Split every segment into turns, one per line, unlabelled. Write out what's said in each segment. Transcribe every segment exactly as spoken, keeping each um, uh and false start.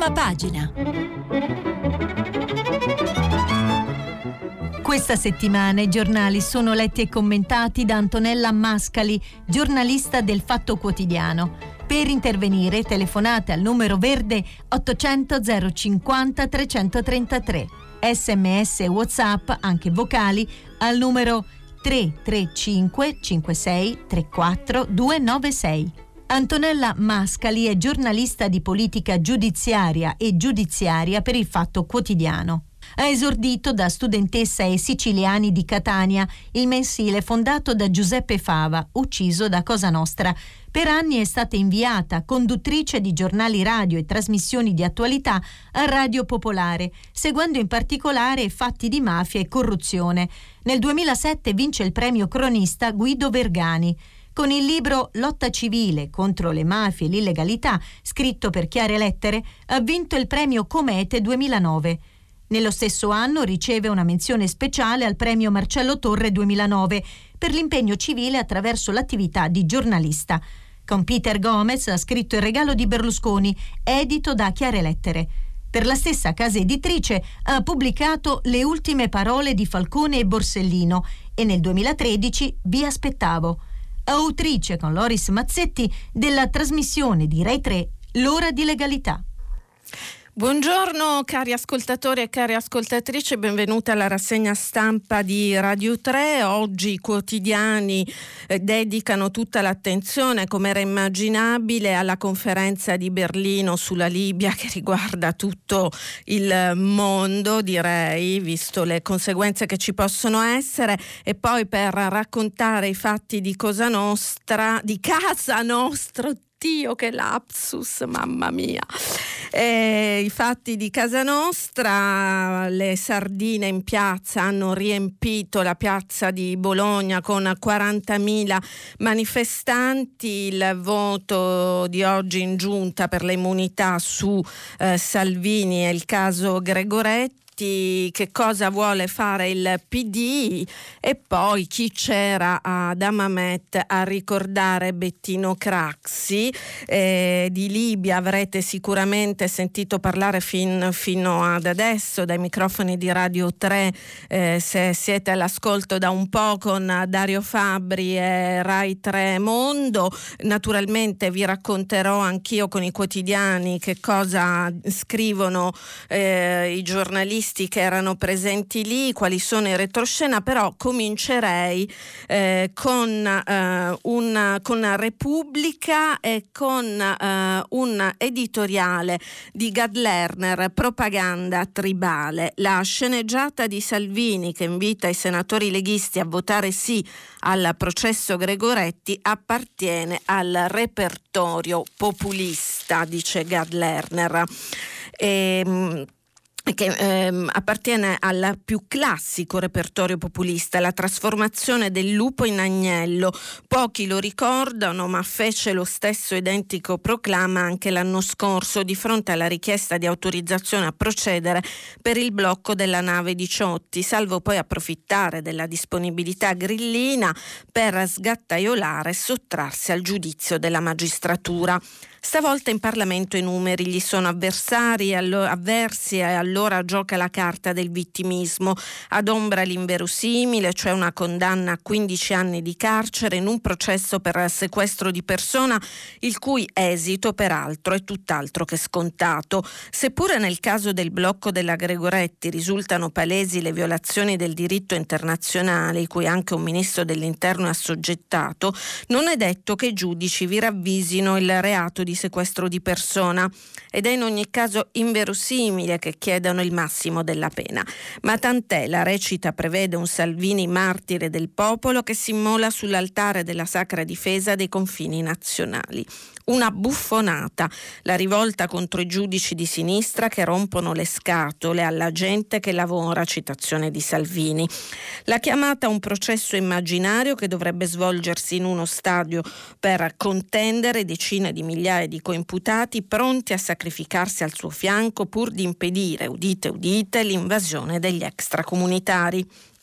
Prima pagina. Questa settimana i giornali sono letti e commentati da Antonella Mascali, giornalista del Fatto Quotidiano. Per intervenire telefonate al numero verde ottocento zero cinquanta trecentotrentatré. Sms e WhatsApp, anche vocali, al numero tre tre cinque cinque sei tre quattro due nove sei. Antonella Mascali è giornalista di politica giudiziaria e giudiziaria per il Fatto Quotidiano. Ha esordito da Studentessa e Siciliani di Catania, il mensile fondato da Giuseppe Fava, ucciso da Cosa Nostra. Per anni è stata inviata conduttrice di giornali radio e trasmissioni di attualità a Radio Popolare, seguendo in particolare fatti di mafia e corruzione. Nel duemilasette vince il premio cronista Guido Vergani. Con il libro Lotta civile contro le mafie e l'illegalità, scritto per Chiare Lettere, ha vinto il premio Comete duemilanove. Nello stesso anno riceve una menzione speciale al premio Marcello Torre duemilanove per l'impegno civile attraverso l'attività di giornalista. Con Peter Gomez ha scritto Il regalo di Berlusconi, edito da Chiare Lettere. Per la stessa casa editrice ha pubblicato Le ultime parole di Falcone e Borsellino e nel duemilatredici Vi aspettavo. Autrice con Loris Mazzetti della trasmissione di Rai tre L'ora di legalità.
Buongiorno cari ascoltatori e cari ascoltatrici, benvenuti alla rassegna stampa di Radio tre. Oggi i quotidiani eh, dedicano tutta l'attenzione, come era immaginabile, alla conferenza di Berlino sulla Libia, che riguarda tutto il mondo, direi, visto le conseguenze che ci possono essere. E poi per raccontare i fatti di Cosa Nostra, di Casa Nostra, Dio che lapsus, mamma mia. Eh, I fatti di Casa Nostra, le sardine in piazza hanno riempito la piazza di Bologna con quarantamila manifestanti. Il voto di oggi in giunta per le immunità su eh, Salvini e il caso Gregoretti. Che cosa vuole fare il P D e poi chi c'era ad Amamet a ricordare Bettino Craxi. Eh, di Libia avrete sicuramente sentito parlare fin, fino ad adesso dai microfoni di Radio tre, eh, se siete all'ascolto da un po' con Dario Fabbri e Rai tre Mondo. Naturalmente vi racconterò anch'io con i quotidiani che cosa scrivono eh, i giornalisti che erano presenti lì, quali sono in retroscena, però comincerei eh, con, eh, un, con Repubblica e con eh, un editoriale di Gad Lerner, Propaganda tribale, la sceneggiata di Salvini che invita i senatori leghisti a votare sì al processo Gregoretti appartiene al repertorio populista, dice Gad Lerner. E, che ehm, appartiene al più classico repertorio populista, la trasformazione del lupo in agnello. Pochi lo ricordano, ma fece lo stesso identico proclama anche l'anno scorso di fronte alla richiesta di autorizzazione a procedere per il blocco della nave Diciotti, salvo poi approfittare della disponibilità grillina per sgattaiolare e sottrarsi al giudizio della magistratura. Stavolta in Parlamento i numeri gli sono avversari, allo- avversi e allora gioca la carta del vittimismo. Adombra l'inverosimile, cioè una condanna a quindici anni di carcere in un processo per sequestro di persona, il cui esito peraltro è tutt'altro che scontato. Seppure nel caso del blocco della Gregoretti risultano palesi le violazioni del diritto internazionale, cui anche un ministro dell'interno è assoggettato, non è detto che i giudici vi ravvisino il reato di di sequestro di persona ed è in ogni caso inverosimile che chiedano il massimo della pena. Ma tant'è, la recita prevede un Salvini martire del popolo che si immola sull'altare della sacra difesa dei confini nazionali. Una buffonata, la rivolta contro i giudici di sinistra che rompono le scatole alla gente che lavora, citazione di Salvini. La chiamata a un processo immaginario che dovrebbe svolgersi in uno stadio per contendere decine di migliaia di coimputati pronti a sacrificarsi al suo fianco pur di impedire, udite udite, l'invasione degli extracomunitari.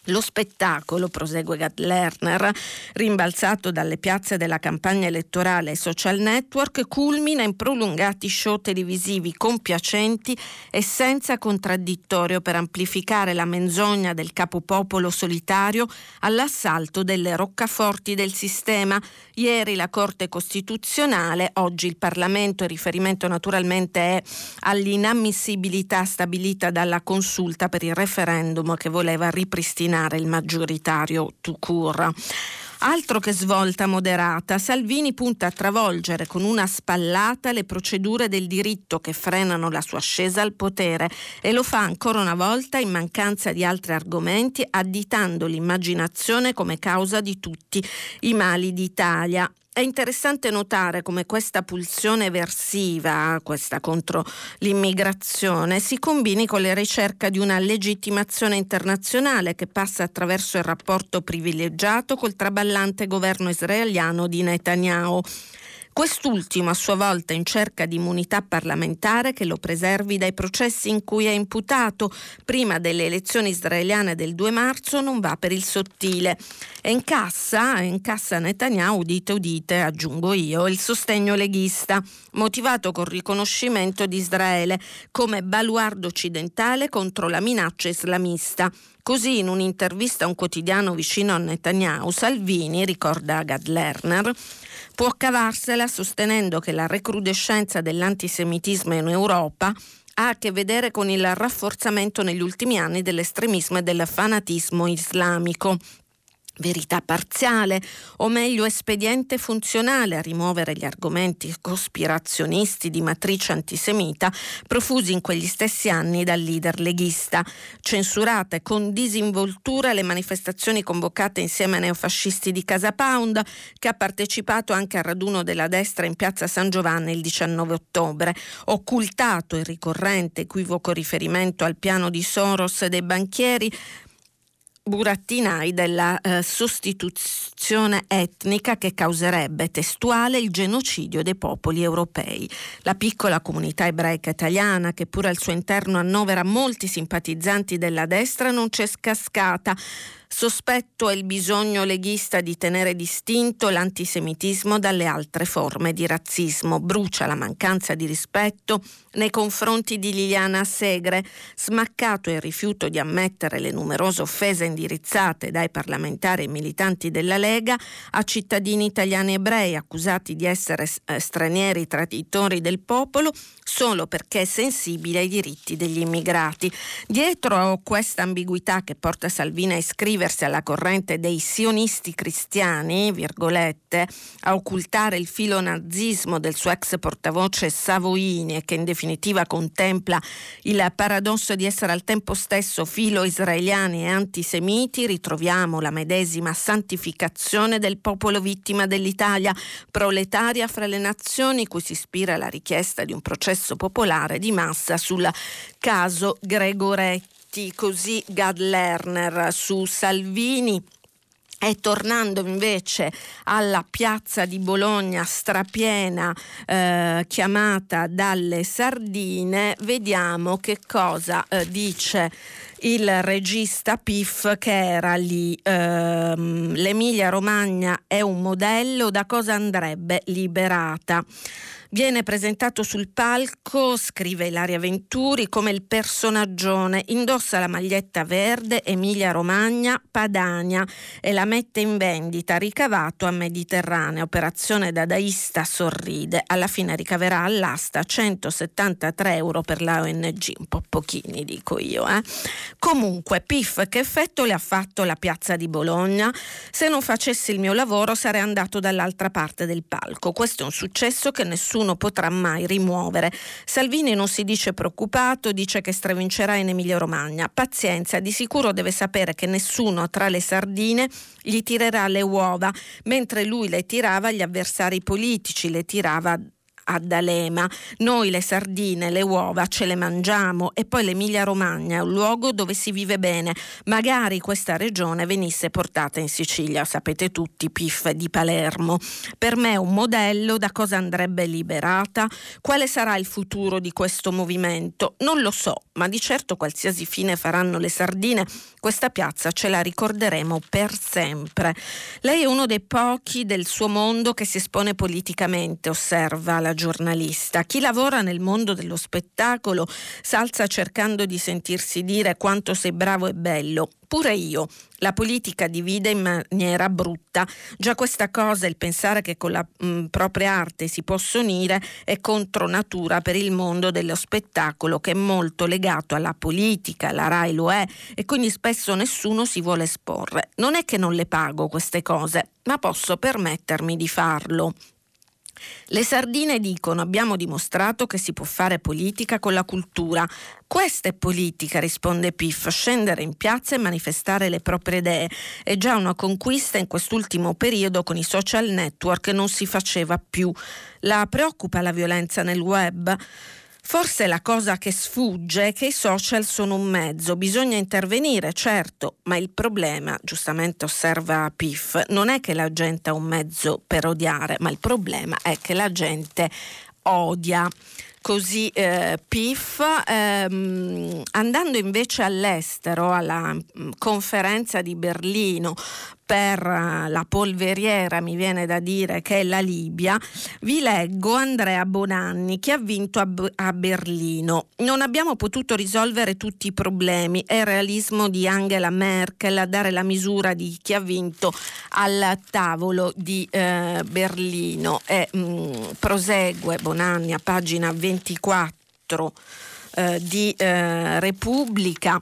Lo spettacolo, prosegue Gad Lerner, rimbalzato dalle piazze della campagna elettorale ai social network, culmina in prolungati show televisivi compiacenti e senza contraddittorio per amplificare la menzogna del capopopolo solitario all'assalto delle roccaforti del sistema. Ieri la Corte Costituzionale, oggi il Parlamento, il riferimento naturalmente è all'inammissibilità stabilita dalla Consulta per il referendum che voleva ripristinare il maggioritario tout court. Altro che svolta moderata, Salvini punta a travolgere con una spallata le procedure del diritto che frenano la sua ascesa al potere e lo fa ancora una volta in mancanza di altri argomenti, additando l'immaginazione come causa di tutti i mali d'Italia. È interessante notare come questa pulsione eversiva, questa contro l'immigrazione, si combini con la ricerca di una legittimazione internazionale che passa attraverso il rapporto privilegiato col traballante governo israeliano di Netanyahu. Quest'ultimo a sua volta in cerca di immunità parlamentare che lo preservi dai processi in cui è imputato prima delle elezioni israeliane del due marzo non va per il sottile. E in cassa, in cassa Netanyahu, udite udite, aggiungo io, il sostegno leghista, motivato col riconoscimento di Israele come baluardo occidentale contro la minaccia islamista. Così in un'intervista a un quotidiano vicino a Netanyahu, Salvini, ricorda Gad Lerner, può cavarsela sostenendo che la recrudescenza dell'antisemitismo in Europa ha a che vedere con il rafforzamento negli ultimi anni dell'estremismo e del fanatismo islamico. Verità parziale, o meglio espediente funzionale a rimuovere gli argomenti cospirazionisti di matrice antisemita profusi in quegli stessi anni dal leader leghista. Censurate con disinvoltura le manifestazioni convocate insieme ai neofascisti di Casa Pound, che ha partecipato anche al raduno della destra in piazza San Giovanni il diciannove ottobre. Occultato il ricorrente equivoco riferimento al piano di Soros dei banchieri, burattinai della eh, sostituzione etnica che causerebbe, testuale, il genocidio dei popoli europei. La piccola comunità ebraica italiana, che pure al suo interno annovera molti simpatizzanti della destra, non c'è cascata. Sospetto è il bisogno leghista di tenere distinto l'antisemitismo dalle altre forme di razzismo. Brucia la mancanza di rispetto nei confronti di Liliana Segre, smaccato il rifiuto di ammettere le numerose offese indirizzate dai parlamentari e militanti della Lega a cittadini italiani ebrei accusati di essere eh, stranieri traditori del popolo solo perché è sensibile ai diritti degli immigrati. Dietro questa ambiguità che porta Salvini a iscriversi alla corrente dei sionisti cristiani, virgolette, a occultare il filo nazismo del suo ex portavoce Savoini e che in definitiva contempla il paradosso di essere al tempo stesso filo israeliani e antisemiti, ritroviamo la medesima santificazione del popolo vittima dell'Italia proletaria fra le nazioni, cui si ispira la richiesta di un processo popolare di massa sul caso Gregoretti. Così Gad Lerner su Salvini. E tornando invece alla piazza di Bologna strapiena eh, chiamata dalle sardine, vediamo che cosa eh, dice il regista Piff che era lì. ehm, L'Emilia Romagna è un modello, da cosa andrebbe liberata? Viene presentato sul palco, scrive Ilaria Venturi, come il personaggione, indossa la maglietta verde, Emilia Romagna, Padania, e la mette in vendita, ricavato a Mediterranea, operazione dadaista, sorride, alla fine ricaverà all'asta centosettantatré euro per la O N G, un po' pochini dico io. Eh? Comunque, Piff, che effetto le ha fatto la piazza di Bologna? Se non facessi il mio lavoro sarei andato dall'altra parte del palco, questo è un successo che nessuno potrà mai rimuovere. Salvini non si dice preoccupato, dice che stravincerà in Emilia Romagna. Pazienza, di sicuro deve sapere che nessuno tra le sardine gli tirerà le uova, mentre lui le tirava agli avversari politici, le tirava a D'Alema. Noi le sardine, le uova ce le mangiamo e poi l'Emilia Romagna è un luogo dove si vive bene. Magari questa regione venisse portata in Sicilia, sapete tutti, P I F di Palermo. Per me è un modello. Da cosa andrebbe liberata? Quale sarà il futuro di questo movimento? Non lo so, ma di certo qualsiasi fine faranno le sardine, questa piazza ce la ricorderemo per sempre. Lei è uno dei pochi del suo mondo che si espone politicamente, osserva la giornalista. Chi lavora nel mondo dello spettacolo s'alza cercando di sentirsi dire quanto sei bravo e bello. Pure io. La politica divide in maniera brutta. Già questa cosa, il pensare che con la mh, propria arte si possa unire, è contro natura per il mondo dello spettacolo, che è molto legato alla politica. La Rai lo è, e quindi spesso nessuno si vuole esporre. Non è che non le pago queste cose, ma posso permettermi di farlo. Le sardine dicono: abbiamo dimostrato che si può fare politica con la cultura. Questa è politica, risponde P I F. Scendere in piazza e manifestare le proprie idee è già una conquista in quest'ultimo periodo con i social network, non si faceva più. La preoccupa la violenza nel web? Forse la cosa che sfugge è che i social sono un mezzo, bisogna intervenire, certo, ma il problema, giustamente osserva P I F, non è che la gente ha un mezzo per odiare, ma il problema è che la gente odia. Così eh, P I F. Ehm, andando invece all'estero, alla mh, conferenza di Berlino per uh, la polveriera, mi viene da dire che è la Libia, vi leggo Andrea Bonanni che ha vinto a, B- a Berlino. Non abbiamo potuto risolvere tutti i problemi, è il realismo di Angela Merkel a dare la misura di chi ha vinto al tavolo di eh, Berlino. E, mh, prosegue Bonanni a pagina ventiquattro eh, di eh, Repubblica.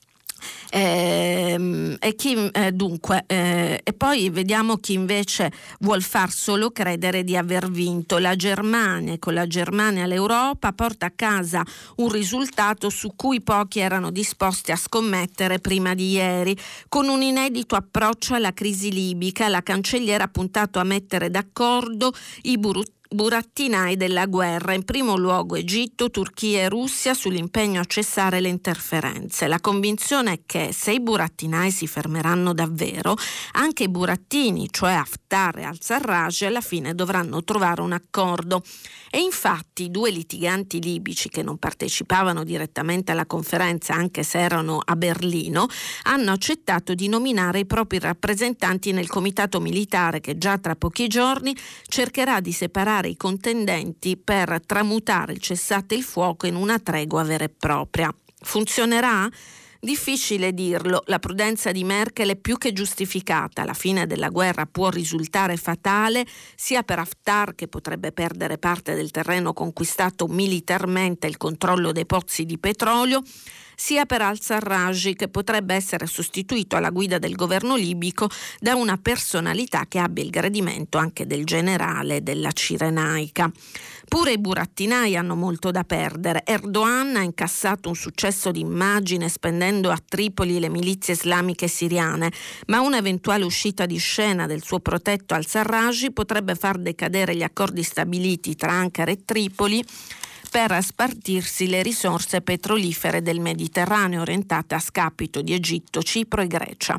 Eh, e chi eh, dunque eh, e poi vediamo chi invece vuol far solo credere di aver vinto. La Germania, e con la Germania l'Europa porta a casa un risultato su cui pochi erano disposti a scommettere prima di ieri. Con un inedito approccio alla crisi libica, la cancelliera ha puntato a mettere d'accordo i burutti burattinai della guerra, in primo luogo Egitto, Turchia e Russia, sull'impegno a cessare le interferenze. La convinzione è che se i burattinai si fermeranno davvero, anche i burattini, cioè Haftar e al-Sarraj, alla fine dovranno trovare un accordo. E infatti i due litiganti libici, che non partecipavano direttamente alla conferenza anche se erano a Berlino, hanno accettato di nominare i propri rappresentanti nel comitato militare che già tra pochi giorni cercherà di separare i contendenti per tramutare il cessate il fuoco in una tregua vera e propria. Funzionerà? Difficile dirlo. La prudenza di Merkel è più che giustificata. La fine della guerra può risultare fatale sia per Haftar, che potrebbe perdere parte del terreno conquistato militarmente, il controllo dei pozzi di petrolio, sia per al-Sarraj, che potrebbe essere sostituito alla guida del governo libico da una personalità che abbia il gradimento anche del generale della Cirenaica. Pure i burattinai hanno molto da perdere. Erdogan ha incassato un successo d'immagine spendendo a Tripoli le milizie islamiche siriane, ma un'eventuale uscita di scena del suo protetto al-Sarraj potrebbe far decadere gli accordi stabiliti tra Ankara e Tripoli per spartirsi le risorse petrolifere del Mediterraneo, orientate a scapito di Egitto, Cipro e Grecia.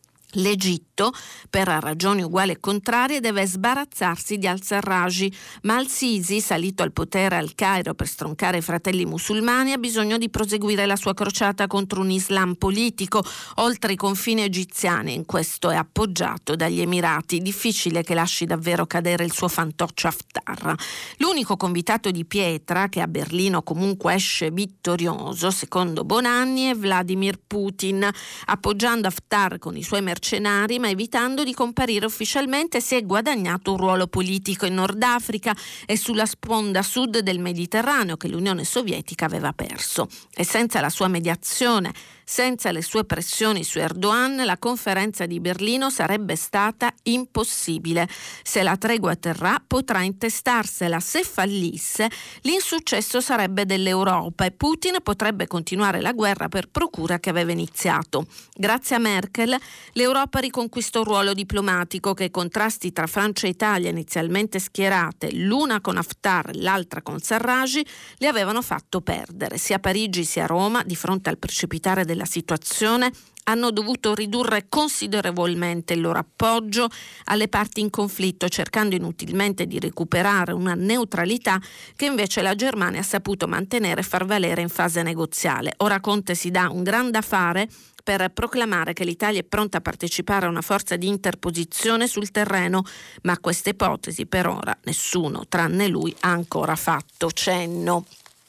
L'Egitto, per ragioni uguali e contrarie, deve sbarazzarsi di al-Sarraj, ma al-Sisi, salito al potere al Cairo per stroncare i fratelli musulmani, ha bisogno di proseguire la sua crociata contro un Islam politico oltre i confini egiziani. In questo è appoggiato dagli Emirati. Difficile che lasci davvero cadere il suo fantoccio Haftar. L'unico convitato di pietra che a Berlino comunque esce vittorioso, secondo Bonanni, è Vladimir Putin. Appoggiando Haftar con i suoi mercenari, ma evitando di comparire ufficialmente, si è guadagnato un ruolo politico in Nord Africa e sulla sponda sud del Mediterraneo che l'Unione Sovietica aveva perso. E senza la sua mediazione, Senza le sue pressioni su Erdogan, la conferenza di Berlino sarebbe stata impossibile. Se la tregua terrà, potrà intestarsela. Se fallisse, l'insuccesso sarebbe dell'Europa e Putin potrebbe continuare la guerra per procura che aveva iniziato. Grazie a Merkel, l'Europa riconquistò un ruolo diplomatico che i contrasti tra Francia e Italia, inizialmente schierate, l'una con Haftar, l'altra con Sarraj, le avevano fatto perdere. Sia a Parigi sia a Roma, di fronte al precipitare della situazione, hanno dovuto ridurre considerevolmente il loro appoggio alle parti in conflitto, cercando inutilmente di recuperare una neutralità che invece la Germania ha saputo mantenere e far valere in fase negoziale. Ora Conte si dà un gran da fare per proclamare che l'Italia è pronta a partecipare a una forza di interposizione sul terreno, ma a questa ipotesi per ora nessuno, tranne lui, ha ancora fatto cenno.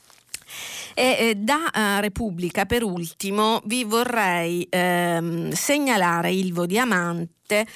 E eh, da uh, Repubblica, per ultimo, vi vorrei ehm, segnalare Ilvo Diamante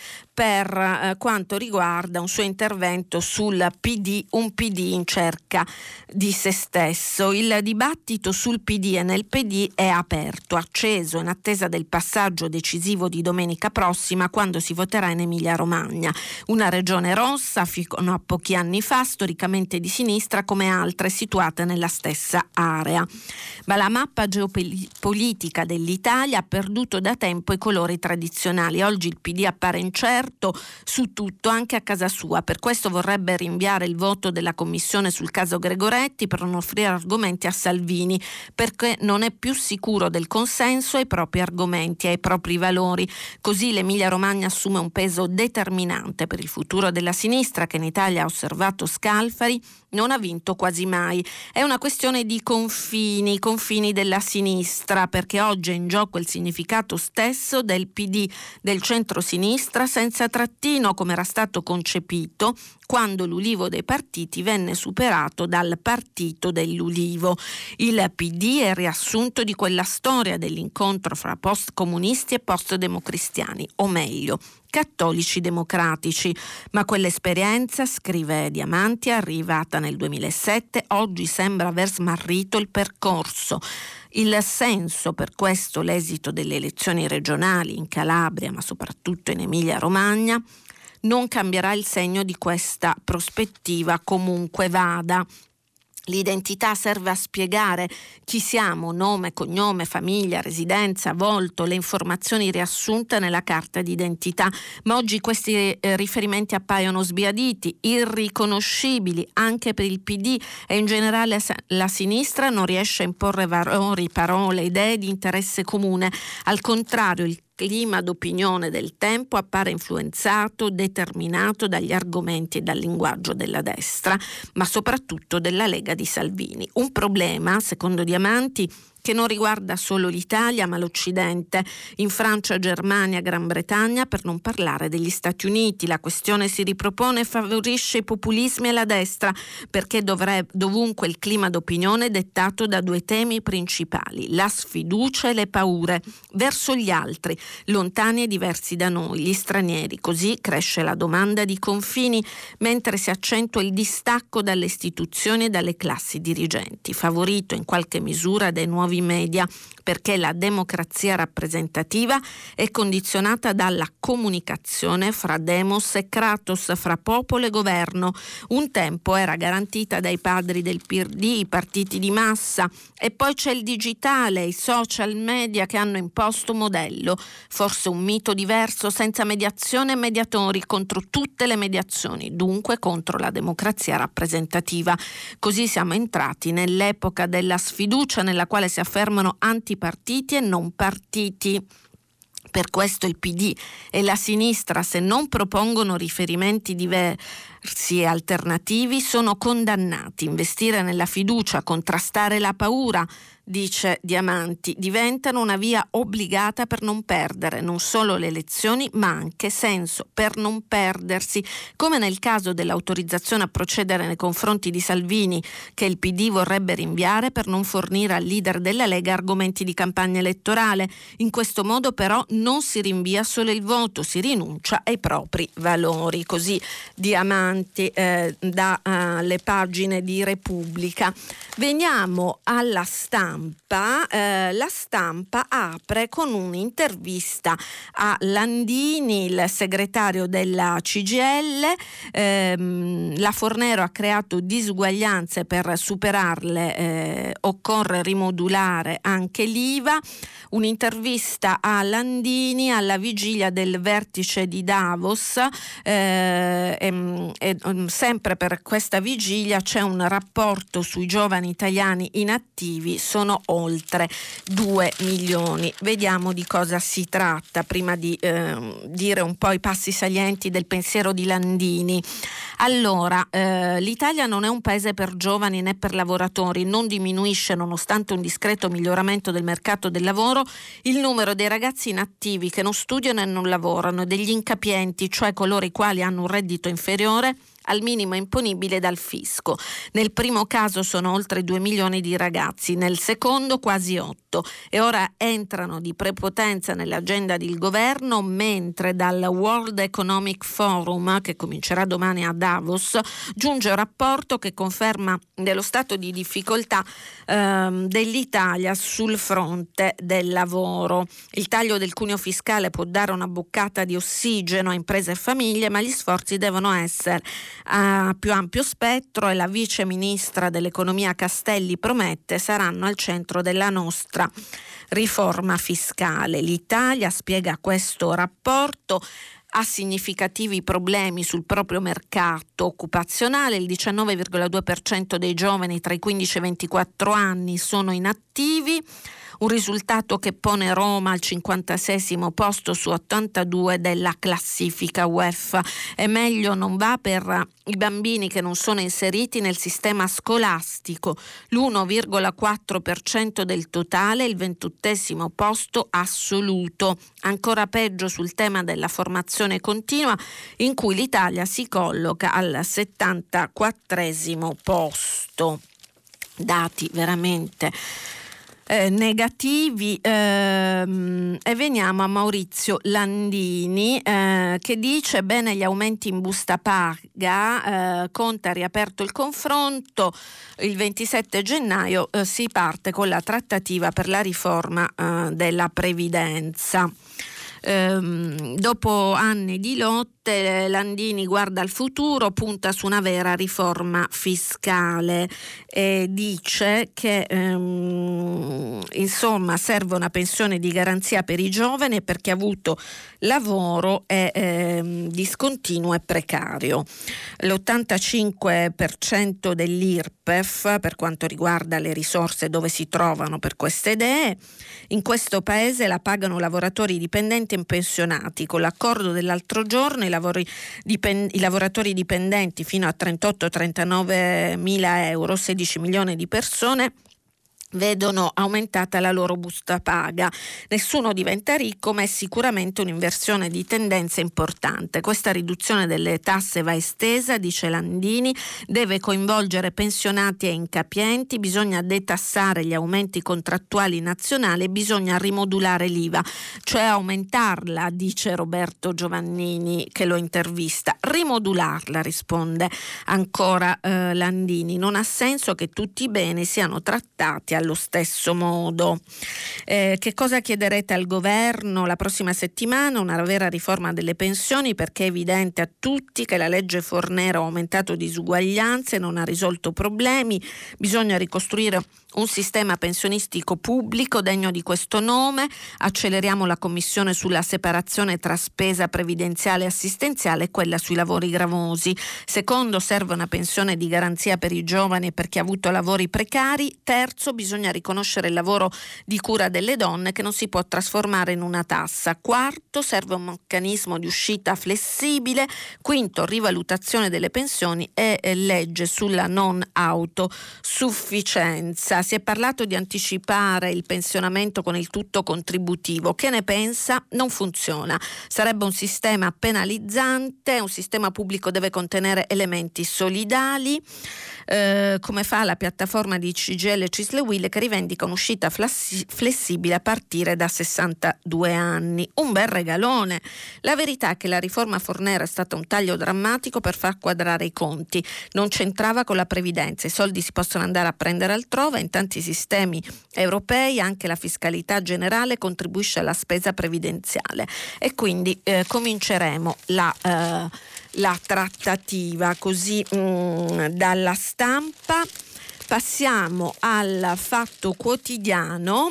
per eh, quanto riguarda un suo intervento sul P D, un P D in cerca di se stesso. Il dibattito sul P D e nel P D è aperto, acceso, in attesa del passaggio decisivo di domenica prossima, quando si voterà in Emilia-Romagna, una regione rossa fino a pochi anni fa, storicamente di sinistra come altre situate nella stessa area. Ma la mappa geopolitica dell'Italia ha perduto da tempo i colori tradizionali. Oggi il P D appare incerto su tutto, anche a casa sua. Per questo vorrebbe rinviare il voto della commissione sul caso Gregoretti per non offrire argomenti a Salvini, perché non è più sicuro del consenso ai propri argomenti, ai propri valori. Così l'Emilia-Romagna assume un peso determinante per il futuro della sinistra, che in Italia, ha osservato Scalfari, non ha vinto quasi mai. È una questione di confini, confini della sinistra, perché oggi è in gioco il significato stesso del P D, del centro-sinistra senza trattino, come era stato concepito quando l'Ulivo dei partiti venne superato dal partito dell'Ulivo. Il P D è il riassunto di quella storia dell'incontro fra post-comunisti e post-democristiani, o meglio, cattolici democratici, ma quell'esperienza, scrive Diamanti, è arrivata nel duemilasette, oggi sembra aver smarrito il percorso. Il senso, per questo, l'esito delle elezioni regionali in Calabria, ma soprattutto in Emilia-Romagna, non cambierà il segno di questa prospettiva, comunque vada. L'identità serve a spiegare chi siamo, nome, cognome, famiglia, residenza, volto, le informazioni riassunte nella carta d'identità, ma oggi questi eh, riferimenti appaiono sbiaditi, irriconoscibili anche per il P D, e in generale la sinistra non riesce a imporre valori, parole, idee di interesse comune. Al contrario, il clima d'opinione del tempo appare influenzato, determinato dagli argomenti e dal linguaggio della destra, ma soprattutto della Lega di Salvini. Un problema, secondo Diamanti, che non riguarda solo l'Italia ma l'Occidente, in Francia, Germania, Gran Bretagna, per non parlare degli Stati Uniti. La questione si ripropone e favorisce i populismi e la destra, perché dovrebbe, dovunque il clima d'opinione è dettato da due temi principali: la sfiducia e le paure verso gli altri, lontani e diversi da noi, gli stranieri. Così cresce la domanda di confini, mentre si accentua il distacco dalle istituzioni e dalle classi dirigenti, favorito in qualche misura dai nuovi media, perché la democrazia rappresentativa è condizionata dalla comunicazione fra demos e kratos, fra popolo e governo. Un tempo era garantita dai padri del P D, i partiti di massa, e poi c'è il digitale, i social media che hanno imposto un modello, forse un mito diverso, senza mediazione e mediatori, contro tutte le mediazioni, dunque contro la democrazia rappresentativa. Così siamo entrati nell'epoca della sfiducia, nella quale si affermano antipartiti e non partiti. Per questo il P D e la sinistra, se non propongono riferimenti diversi e alternativi, sono condannati. Investire nella fiducia, contrastare la paura, dice Diamanti, diventano una via obbligata per non perdere non solo le elezioni ma anche senso per non perdersi, come nel caso dell'autorizzazione a procedere nei confronti di Salvini, che il P D vorrebbe rinviare per non fornire al leader della Lega argomenti di campagna elettorale. In questo modo però non si rinvia solo il voto, si rinuncia ai propri valori. Così Diamanti. tratti eh, dalle uh, pagine di Repubblica. Veniamo alla Stampa. Eh, la Stampa apre con un'intervista a Landini, il segretario della C G I L. Eh, la Fornero ha creato disuguaglianze, per superarle eh, occorre rimodulare anche l'I V A. Un'intervista a Landini alla vigilia del vertice di Davos. Eh, e, e, sempre per questa vigilia c'è un rapporto sui giovani italiani inattivi, sono oltre due milioni. Vediamo di cosa si tratta prima di eh, dire un po' i passi salienti del pensiero di Landini. Allora, eh, l'Italia non è un paese per giovani né per lavoratori, non diminuisce, nonostante un discreto miglioramento del mercato del lavoro, il numero dei ragazzi inattivi che non studiano e non lavorano e degli incapienti, cioè coloro i quali hanno un reddito inferiore al minimo imponibile dal fisco. Nel primo caso sono oltre due milioni di ragazzi, nel secondo quasi otto, e ora entrano di prepotenza nell'agenda del governo, mentre dal World Economic Forum, che comincerà domani a Davos, giunge un rapporto che conferma dello stato di difficoltà ehm, dell'Italia sul fronte del lavoro. Il taglio del cuneo fiscale può dare una boccata di ossigeno a imprese e famiglie, ma gli sforzi devono essere a più ampio spettro, e la vice ministra dell'economia Castelli promette saranno al centro della nostra riforma fiscale. L'Italia, spiega questo rapporto, ha significativi problemi sul proprio mercato occupazionale. Il diciannove virgola due per cento dei giovani tra i quindici e i ventiquattro anni sono inattivi, un risultato che pone Roma al cinquantaseiesimo posto su ottantadue della classifica U E F. E meglio non va per i bambini che non sono inseriti nel sistema scolastico, l'uno virgola quattro per cento del totale, il ventuttesimo posto assoluto. Ancora peggio sul tema della formazione continua, in cui l'Italia si colloca al settantaquattresimo posto. Dati veramente Eh, negativi. ehm, e veniamo a Maurizio Landini eh, che dice: bene gli aumenti in busta paga, eh, Conte ha riaperto il confronto, il ventisette gennaio eh, si parte con la trattativa per la riforma eh, della previdenza. Ehm, dopo anni di lotte, Landini guarda al futuro, punta su una vera riforma fiscale e dice che ehm, insomma serve una pensione di garanzia per i giovani e per chi ha avuto lavoro è ehm, discontinuo e precario. L'ottantacinque per cento dell'I R P E F per quanto riguarda le risorse dove si trovano per queste idee. In questo paese la pagano lavoratori dipendenti e pensionati. Con l'accordo dell'altro giorno i, lavori dipend- i lavoratori dipendenti fino a trentotto trentanove mila euro, sedici milioni di persone, vedono aumentata la loro busta paga. Nessuno diventa ricco, ma è sicuramente un'inversione di tendenza importante. Questa riduzione delle tasse va estesa, dice Landini, deve coinvolgere pensionati e incapienti, bisogna detassare gli aumenti contrattuali nazionali, bisogna rimodulare l'I V A, cioè aumentarla, dice Roberto Giovannini che lo intervista. Rimodularla, risponde ancora eh, Landini, non ha senso che tutti i beni siano trattati allo stesso modo. Eh, che cosa chiederete al governo la prossima settimana? Una vera riforma delle pensioni, perché è evidente a tutti che la legge Fornero ha aumentato disuguaglianze, non ha risolto problemi, bisogna ricostruire un sistema pensionistico pubblico degno di questo nome, acceleriamo la commissione sulla separazione tra spesa previdenziale e assistenziale e quella sui lavori gravosi. Secondo, serve una pensione di garanzia per i giovani e per chi ha avuto lavori precari. Terzo, bisogna riconoscere il lavoro di cura delle donne che non si può trasformare in una tassa. Quarto, serve un meccanismo di uscita flessibile. Quinto, rivalutazione delle pensioni e legge sulla non autosufficienza. Si è parlato di anticipare il pensionamento con il tutto contributivo. Che ne pensa? Non funziona. Sarebbe un sistema penalizzante, un sistema pubblico deve contenere elementi solidali. Eh, come fa la piattaforma di C G I L e Cisle automobile che rivendica un'uscita flassi- flessibile a partire da sessantadue anni. Un bel regalone. La verità è che la riforma Fornero è stata un taglio drammatico per far quadrare i conti. Non c'entrava con la previdenza, i soldi si possono andare a prendere altrove, in tanti sistemi europei anche la fiscalità generale contribuisce alla spesa previdenziale e quindi eh, cominceremo la, eh, la trattativa così mh, dalla Stampa. Passiamo al Fatto Quotidiano.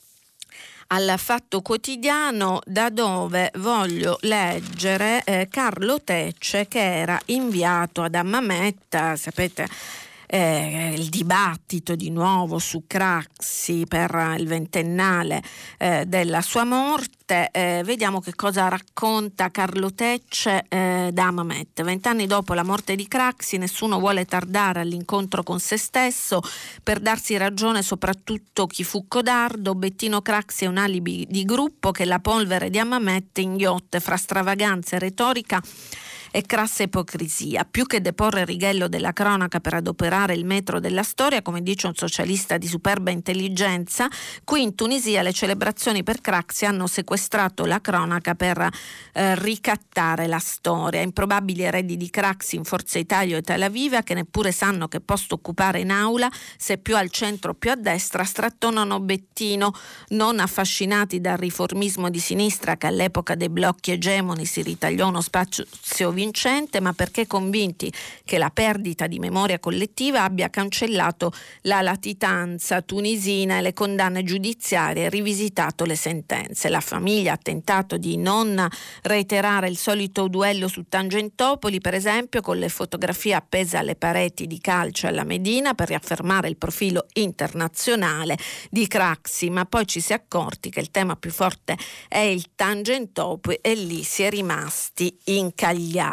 Al Fatto Quotidiano, da dove voglio leggere eh, Carlo Tecce, che era inviato ad Ammametta, sapete, Eh, il dibattito di nuovo su Craxi per il ventennale eh, della sua morte. Eh, vediamo che cosa racconta Carlo Tecce eh, da Ammametta. Vent'anni dopo la morte di Craxi nessuno vuole tardare all'incontro con se stesso per darsi ragione, soprattutto chi fu codardo. Bettino Craxi è un alibi di gruppo che la polvere di Ammametta inghiotte fra stravaganza e retorica e crassa ipocrisia. Più che deporre il righello della cronaca per adoperare il metro della storia, come dice un socialista di superba intelligenza, qui in Tunisia le celebrazioni per Craxi hanno sequestrato la cronaca per eh, ricattare la storia. Improbabili eredi di Craxi in Forza Italia e Tel Aviv, che neppure sanno che posto occupare in aula, se più al centro o più a destra, strattonano Bettino, non affascinati dal riformismo di sinistra che all'epoca dei blocchi egemoni si ritagliò uno spazio vincente, ma perché convinti che la perdita di memoria collettiva abbia cancellato la latitanza tunisina e le condanne giudiziarie e rivisitato le sentenze. La famiglia ha tentato di non reiterare il solito duello su Tangentopoli, per esempio, con le fotografie appese alle pareti di calcio alla Medina per riaffermare il profilo internazionale di Craxi, ma poi ci si è accorti che il tema più forte è il Tangentopoli e lì si è rimasti incagliati.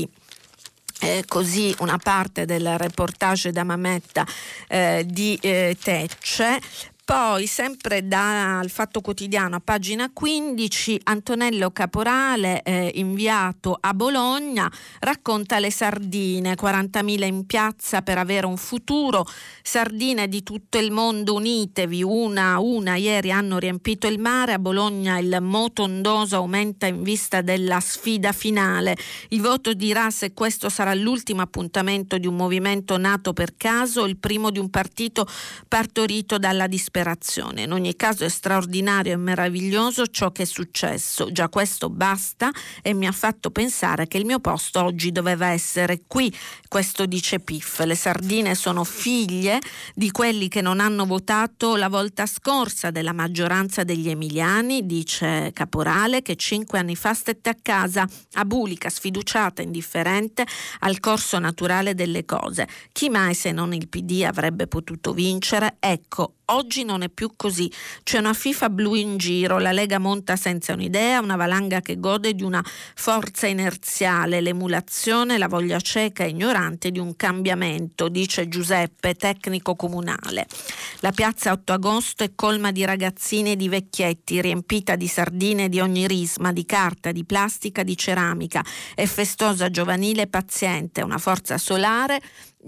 Eh, così una parte del reportage da Ammametta eh, di eh, Tecce. Poi, sempre dal Fatto Quotidiano, a pagina quindici, Antonello Caporale, eh, inviato a Bologna, racconta le sardine, quarantamila in piazza per avere un futuro, sardine di tutto il mondo, unitevi, una a una, ieri hanno riempito il mare, a Bologna il moto ondoso aumenta in vista della sfida finale, il voto dirà se questo sarà l'ultimo appuntamento di un movimento nato per caso o il primo di un partito partorito dalla disperazione. In ogni caso è straordinario e meraviglioso ciò che è successo, già questo basta e mi ha fatto pensare che il mio posto oggi doveva essere qui. Questo dice Piff. Le sardine sono figlie di quelli che non hanno votato la volta scorsa, della maggioranza degli emiliani, dice Caporale, che cinque anni fa stette a casa abulica, sfiduciata, indifferente al corso naturale delle cose. Chi mai se non il P D avrebbe potuto vincere? Ecco, oggi non è più così, c'è una FIFA blu in giro, la Lega monta senza un'idea, una valanga che gode di una forza inerziale, l'emulazione, la voglia cieca e ignorante di un cambiamento, dice Giuseppe, tecnico comunale. La piazza otto agosto è colma di ragazzini e di vecchietti, riempita di sardine di ogni risma, di carta, di plastica, di ceramica, è festosa, giovanile e paziente, una forza solare,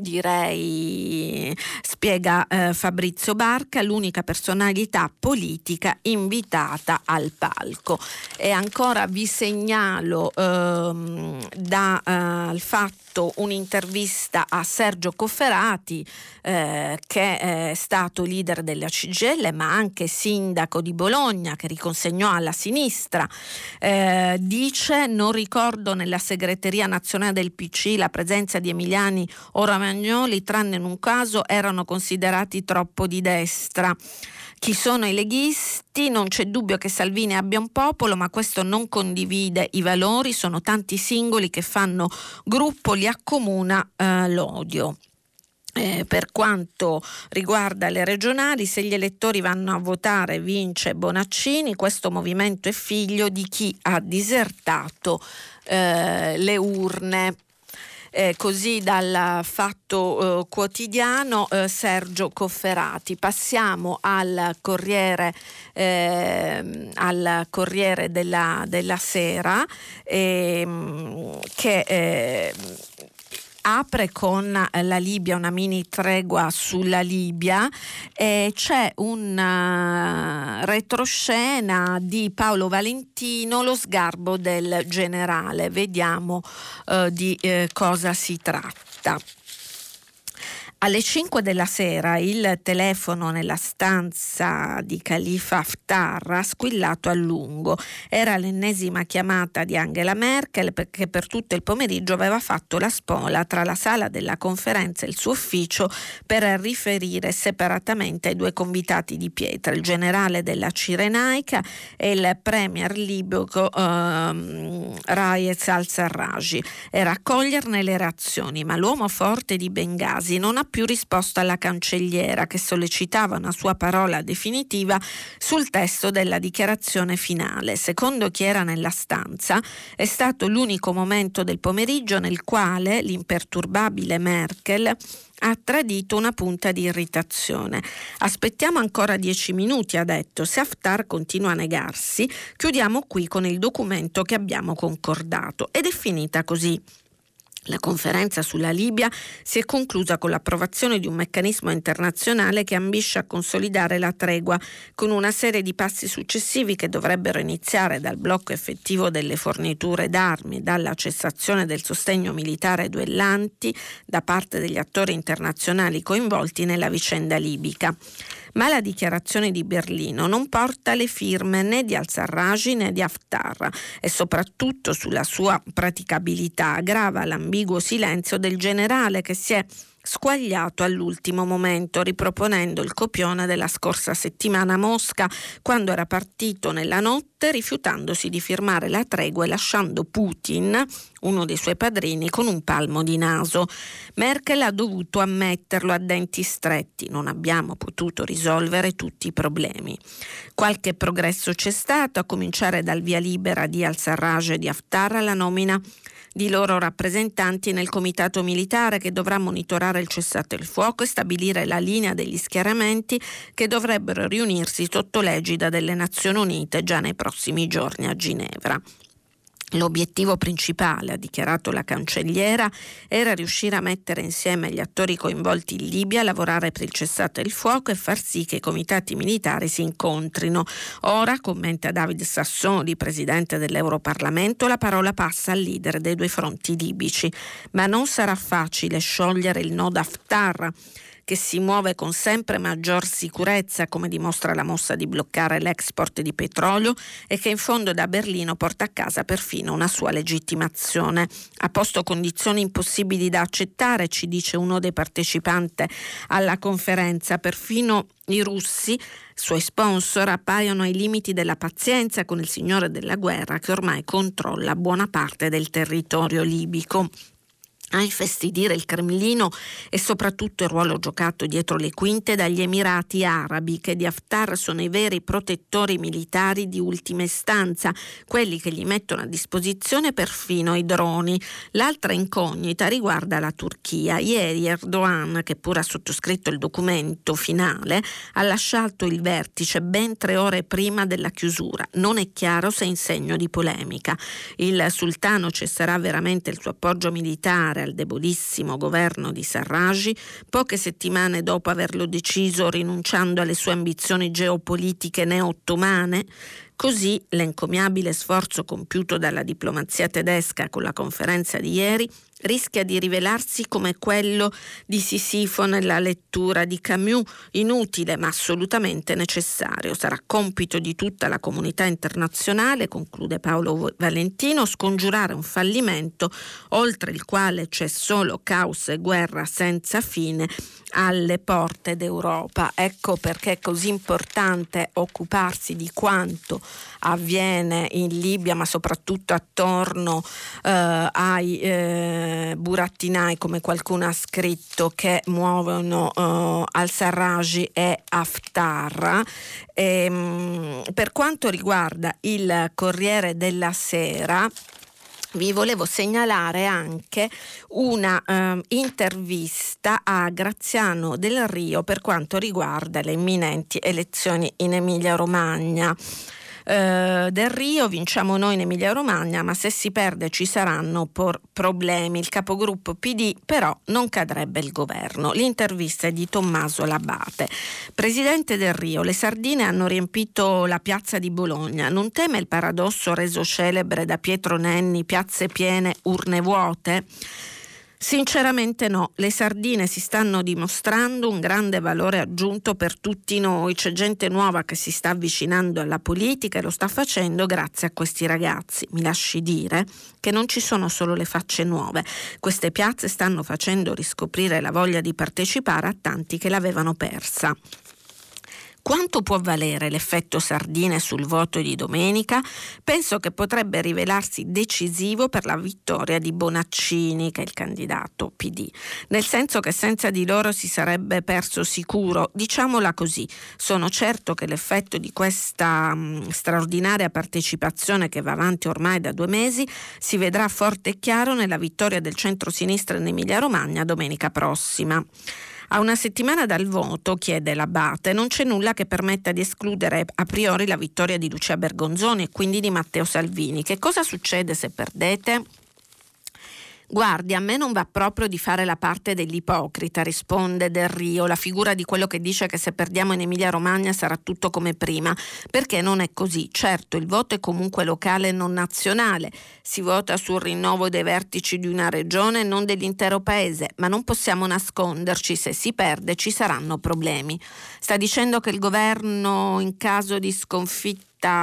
direi, spiega eh, Fabrizio Barca, l'unica personalità politica invitata al palco. E ancora vi segnalo ehm, da eh, il Fatto un'intervista a Sergio Cofferati, eh, che è stato leader della C G I L ma anche sindaco di Bologna, che riconsegnò alla sinistra. Eh, dice: non ricordo nella segreteria nazionale del P C la presenza di emiliani o romagnoli, tranne in un caso erano considerati troppo di destra. Chi sono i leghisti? Non c'è dubbio che Salvini abbia un popolo, ma questo non condivide i valori, sono tanti singoli che fanno gruppo, li accomuna eh, l'odio. Eh, per quanto riguarda le regionali, se gli elettori vanno a votare vince Bonaccini, questo movimento è figlio di chi ha disertato eh, le urne. Eh, così dal Fatto eh, Quotidiano eh, Sergio Cofferati. Passiamo al Corriere eh, al Corriere della, della Sera eh, che eh, apre con la Libia, una mini tregua sulla Libia, e c'è una retroscena di Paolo Valentino, lo sgarbo del generale. Vediamo eh, di eh, cosa si tratta. Alle cinque della sera il telefono nella stanza di Khalifa Haftar ha squillato a lungo. Era l'ennesima chiamata di Angela Merkel, perché per tutto il pomeriggio aveva fatto la spola tra la sala della conferenza e il suo ufficio per riferire separatamente ai due convitati di pietra, il generale della Cirenaica e il premier libico ehm, Rayez al-Sarraj, e raccoglierne le reazioni, ma l'uomo forte di Bengasi non ha più risposto alla cancelliera, che sollecitava una sua parola definitiva sul testo della dichiarazione finale. Secondo chi era nella stanza, è stato l'unico momento del pomeriggio nel quale l'imperturbabile Merkel ha tradito una punta di irritazione. Aspettiamo ancora dieci minuti, ha detto. Se Haftar continua a negarsi, chiudiamo qui con il documento che abbiamo concordato. Ed è finita così. La conferenza sulla Libia si è conclusa con l'approvazione di un meccanismo internazionale che ambisce a consolidare la tregua, con una serie di passi successivi che dovrebbero iniziare dal blocco effettivo delle forniture d'armi, dalla cessazione del sostegno militare ai duellanti da parte degli attori internazionali coinvolti nella vicenda libica. Ma la dichiarazione di Berlino non porta le firme né di al-Sarraj né di Haftar, e soprattutto sulla sua praticabilità aggrava l'ambiguo silenzio del generale, che si è squagliato all'ultimo momento, riproponendo il copione della scorsa settimana a Mosca, quando era partito nella notte, rifiutandosi di firmare la tregua e lasciando Putin, uno dei suoi padrini, con un palmo di naso. Merkel ha dovuto ammetterlo a denti stretti: non abbiamo potuto risolvere tutti i problemi. Qualche progresso c'è stato, a cominciare dal via libera di al-Sarraj e di Haftar alla nomina di loro rappresentanti nel comitato militare, che dovrà monitorare il cessate il fuoco e stabilire la linea degli schieramenti, che dovrebbero riunirsi sotto l'egida delle Nazioni Unite già nei prossimi giorni a Ginevra. L'obiettivo principale, ha dichiarato la cancelliera, era riuscire a mettere insieme gli attori coinvolti in Libia, lavorare per il cessate il fuoco e far sì che i comitati militari si incontrino. Ora, commenta David Sassoli, presidente dell'Europarlamento, la parola passa al leader dei due fronti libici. Ma non sarà facile sciogliere il nodo Haftar, che si muove con sempre maggior sicurezza, come dimostra la mossa di bloccare l'export di petrolio, e che in fondo da Berlino porta a casa perfino una sua legittimazione. Ha posto condizioni impossibili da accettare, ci dice uno dei partecipanti alla conferenza. Perfino i russi, suoi sponsor, appaiono ai limiti della pazienza con il signore della guerra, che ormai controlla buona parte del territorio libico. A infastidire il Cremlino è soprattutto il ruolo giocato dietro le quinte dagli Emirati Arabi, che di Haftar sono i veri protettori militari di ultima istanza, quelli che gli mettono a disposizione perfino i droni. L'altra incognita riguarda la Turchia. Ieri Erdogan, che pure ha sottoscritto il documento finale, ha lasciato il vertice ben tre ore prima della chiusura. Non è chiaro se in segno di polemica. Il sultano cesserà veramente il suo appoggio militare al debolissimo governo di Sarraj poche settimane dopo averlo deciso, rinunciando alle sue ambizioni geopolitiche neo-ottomane? Così l'encomiabile sforzo compiuto dalla diplomazia tedesca con la conferenza di ieri rischia di rivelarsi come quello di Sisifo nella lettura di Camus, inutile ma assolutamente necessario. Sarà compito di tutta la comunità internazionale, conclude Paolo Valentino, scongiurare un fallimento oltre il quale c'è solo caos e guerra senza fine alle porte d'Europa. Ecco perché è così importante occuparsi di quanto avviene in Libia, ma soprattutto attorno eh, ai eh, burattinai, come qualcuno ha scritto, che muovono eh, al-Sarraj e Haftar. E, mh, per quanto riguarda il Corriere della Sera, vi volevo segnalare anche una eh, intervista a Graziano Del Rio per quanto riguarda le imminenti elezioni in Emilia-Romagna. eh, Del Rio, vinciamo noi in Emilia Romagna, ma se si perde ci saranno por- problemi. Il capogruppo P D però non cadrebbe il governo. L'intervista è di Tommaso Labate. Presidente Del Rio, le sardine hanno riempito la piazza di Bologna. Non teme il paradosso reso celebre da Pietro Nenni, piazze piene, urne vuote? Sinceramente no, le sardine si stanno dimostrando un grande valore aggiunto per tutti noi, c'è gente nuova che si sta avvicinando alla politica e lo sta facendo grazie a questi ragazzi. Mi lasci dire che non ci sono solo le facce nuove, queste piazze stanno facendo riscoprire la voglia di partecipare a tanti che l'avevano persa. Quanto può valere l'effetto sardine sul voto di domenica? Penso che potrebbe rivelarsi decisivo per la vittoria di Bonaccini, che è il candidato P D, nel senso che senza di loro si sarebbe perso sicuro. Diciamola così, sono certo che l'effetto di questa mh, straordinaria partecipazione che va avanti ormai da due mesi si vedrà forte e chiaro nella vittoria del centro-sinistra in Emilia-Romagna domenica prossima. A una settimana dal voto, chiede Labate, non c'è nulla che permetta di escludere a priori la vittoria di Lucia Bergonzoni e quindi di Matteo Salvini. Che cosa succede se perdete? Guardi, a me non va proprio di fare la parte dell'ipocrita, risponde Del Rio, la figura di quello che dice che se perdiamo in Emilia-Romagna sarà tutto come prima, perché non è così. Certo, il voto è comunque locale e non nazionale, si vota sul rinnovo dei vertici di una regione e non dell'intero paese, ma non possiamo nasconderci, se si perde ci saranno problemi. Sta dicendo che il governo in caso di sconfitta.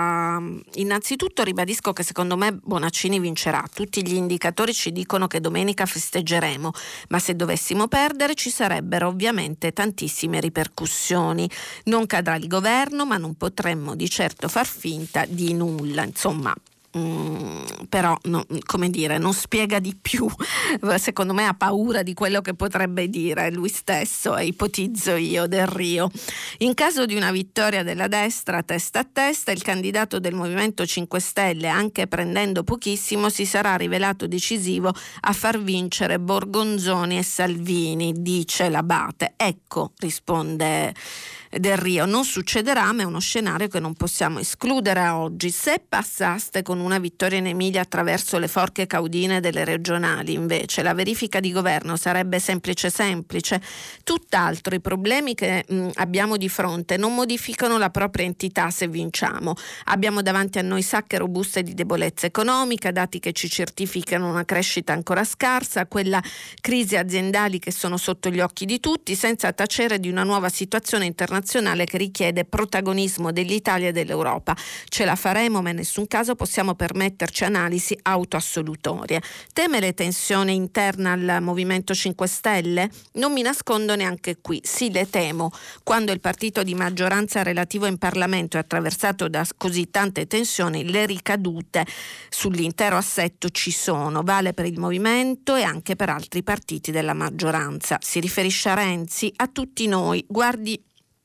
Innanzitutto ribadisco che secondo me Bonaccini vincerà, tutti gli indicatori ci dicono che domenica festeggeremo, ma se dovessimo perdere ci sarebbero ovviamente tantissime ripercussioni. Non cadrà il governo, ma non potremmo di certo far finta di nulla, insomma. Mm, però no, come dire, non spiega di più, secondo me ha paura di quello che potrebbe dire lui stesso, e ipotizzo io, Del Rio. In caso di una vittoria della destra testa a testa, il candidato del Movimento cinque Stelle, anche prendendo pochissimo, si sarà rivelato decisivo a far vincere Borgonzoni e Salvini, dice Labate. Ecco, risponde Del Rio, non succederà, ma è uno scenario che non possiamo escludere a oggi. Se passaste con una vittoria in Emilia attraverso le forche caudine delle regionali, invece, la verifica di governo sarebbe semplice semplice. Tutt'altro, i problemi che mh, abbiamo di fronte non modificano la propria entità se vinciamo. Abbiamo davanti a noi sacche robuste di debolezza economica, dati che ci certificano una crescita ancora scarsa, quella crisi aziendali che sono sotto gli occhi di tutti, senza tacere di una nuova situazione internazionale che richiede protagonismo dell'Italia e dell'Europa. Ce la faremo, ma in nessun caso possiamo permetterci analisi autoassolutorie. Teme le tensioni interne al Movimento cinque Stelle? Non mi nascondo neanche qui, sì, le temo. Quando il partito di maggioranza relativo in Parlamento è attraversato da così tante tensioni, le ricadute sull'intero assetto ci sono. Vale per il Movimento e anche per altri partiti della maggioranza. Si riferisce a Renzi, a tutti noi. Guardi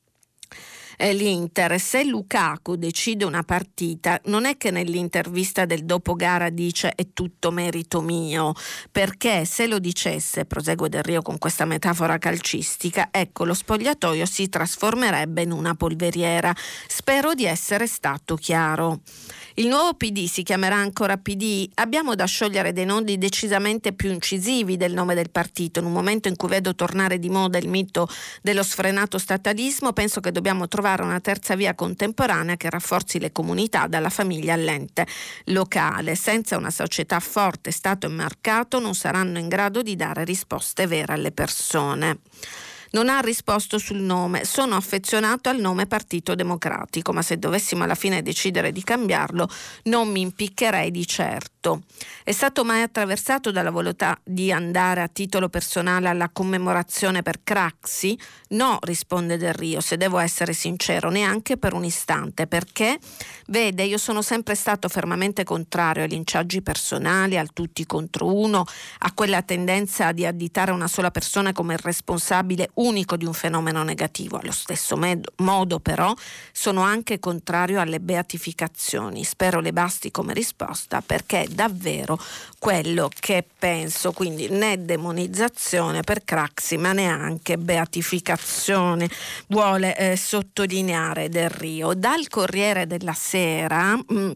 l'Inter, se Lukaku decide una partita, non è che nell'intervista del dopo gara dice è tutto merito mio, perché se lo dicesse, prosegue Del Rio con questa metafora calcistica, ecco, lo spogliatoio si trasformerebbe in una polveriera. Spero di essere stato chiaro. Il nuovo P D si chiamerà ancora P D? Abbiamo da sciogliere dei nodi decisamente più incisivi del nome del partito. In un momento in cui vedo tornare di moda il mito dello sfrenato statalismo, penso che dobbiamo trovare una terza via contemporanea che rafforzi le comunità dalla famiglia all'ente locale. Senza una società forte, Stato e mercato non saranno in grado di dare risposte vere alle persone. Non ha risposto sul nome. Sono affezionato al nome Partito Democratico, ma se dovessimo alla fine decidere di cambiarlo non mi impiccherei di certo. È stato mai attraversato dalla volontà di andare a titolo personale alla commemorazione per Craxi? No, risponde Del Rio, se devo essere sincero, neanche per un istante. Perché? Vede, io sono sempre stato fermamente contrario ai linciaggi personali, al tutti contro uno, a quella tendenza di additare una sola persona come il responsabile unico di un fenomeno negativo. Allo stesso med- modo però sono anche contrario alle beatificazioni. Spero le basti come risposta, perché davvero quello che penso, quindi né demonizzazione per Craxi ma neanche beatificazione, vuole eh, sottolineare Del Rio. Dal Corriere della Sera mh,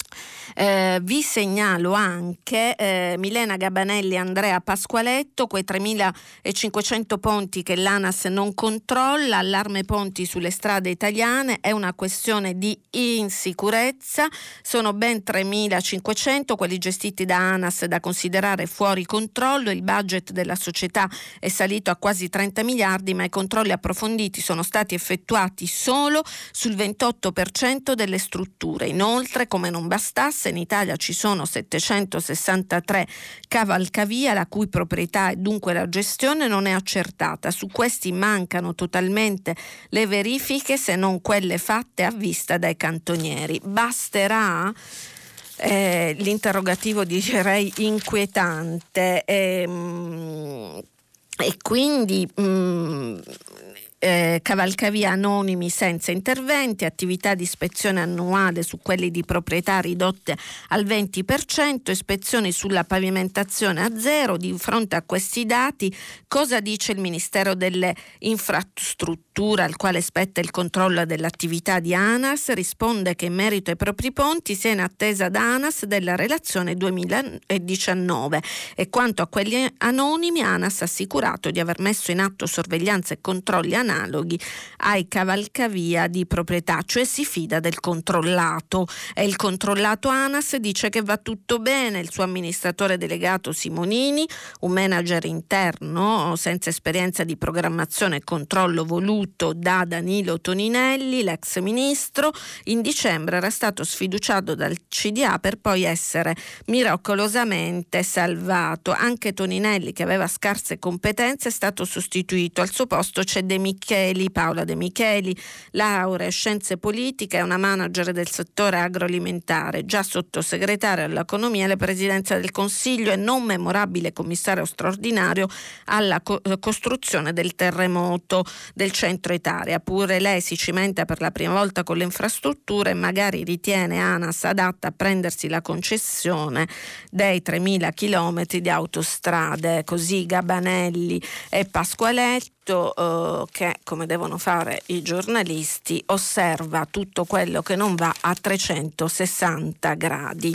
Eh, vi segnalo anche eh, Milena Gabanelli e Andrea Pasqualetto, quei tremilacinquecento ponti che l'ANAS non controlla, allarme ponti sulle strade italiane, è una questione di insicurezza, sono ben tremilacinquecento quelli gestiti da ANAS da considerare fuori controllo, il budget della società è salito a quasi trenta miliardi, ma i controlli approfonditi sono stati effettuati solo sul ventotto per cento delle strutture. Inoltre, come non bastasse, in Italia ci sono settecentosessantatré cavalcavia la cui proprietà e dunque la gestione non è accertata. Su questi mancano totalmente le verifiche, se non quelle fatte a vista dai cantonieri. Basterà eh, l'interrogativo, direi inquietante, ehm, e quindi mh, Eh, cavalcavia anonimi senza interventi, attività di ispezione annuale su quelli di proprietà ridotte al venti per cento, ispezioni sulla pavimentazione a zero. Di fronte a questi dati cosa dice il Ministero delle Infrastrutture, al quale spetta il controllo dell'attività di ANAS? Risponde che in merito ai propri ponti si è in attesa da ANAS della relazione duemiladiciannove e quanto a quelli anonimi ANAS ha assicurato di aver messo in atto sorveglianza e controlli analoghi ai cavalcavia di proprietà, cioè si fida del controllato, e il controllato ANAS dice che va tutto bene. Il suo amministratore delegato Simonini, un manager interno senza esperienza di programmazione e controllo voluto da Danilo Toninelli, l'ex ministro, in dicembre era stato sfiduciato dal C D A per poi essere miracolosamente salvato. Anche Toninelli, che aveva scarse competenze, è stato sostituito. Al suo posto c'è De Micheli, Paola De Micheli, laurea scienze politiche, è una manager del settore agroalimentare, già sottosegretaria all'economia e alla presidenza del Consiglio e non memorabile commissario straordinario alla co- costruzione del terremoto del centro Italia. Pure lei si cimenta per la prima volta con le infrastrutture e magari ritiene ANAS adatta a prendersi la concessione dei tremila chilometri di autostrade. Così Gabanelli e Pasqualetto, Uh, che, come devono fare i giornalisti, osserva tutto quello che non va a trecentosessanta gradi.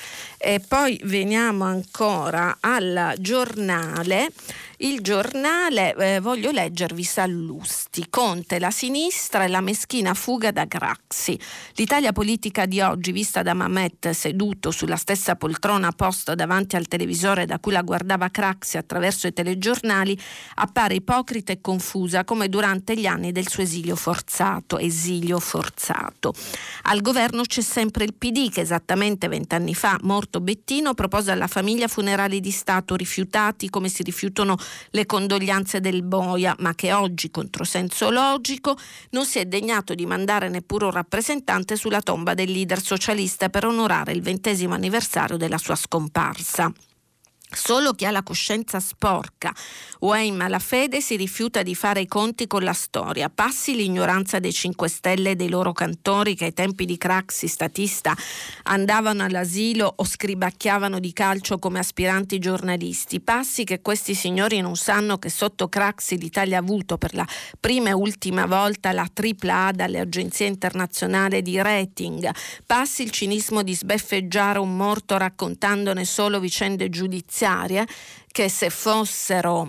E poi veniamo ancora al Giornale. Il Giornale, eh, voglio leggervi Sallusti, Conte, la sinistra e la meschina fuga da Craxi. L'Italia politica di oggi, vista da Mamet seduto sulla stessa poltrona posta davanti al televisore da cui la guardava Craxi attraverso i telegiornali, appare ipocrita e confusa come durante gli anni del suo esilio forzato. Esilio forzato. Al governo c'è sempre il P D che esattamente vent'anni fa, morto Bettino, propose alla famiglia funerali di Stato rifiutati come si rifiutano le condoglianze del boia, ma che oggi, controsenso logico, non si è degnato di mandare neppure un rappresentante sulla tomba del leader socialista per onorare il ventesimo anniversario della sua scomparsa. Solo chi ha la coscienza sporca o è in malafede si rifiuta di fare i conti con la storia. Passi l'ignoranza dei cinque Stelle e dei loro cantori che ai tempi di Craxi statista andavano all'asilo o scribacchiavano di calcio come aspiranti giornalisti. Passi che questi signori non sanno che sotto Craxi l'Italia ha avuto per la prima e ultima volta la tripla A dalle agenzie internazionali di rating. Passi il cinismo di sbeffeggiare un morto raccontandone solo vicende giudiziarie che, se fossero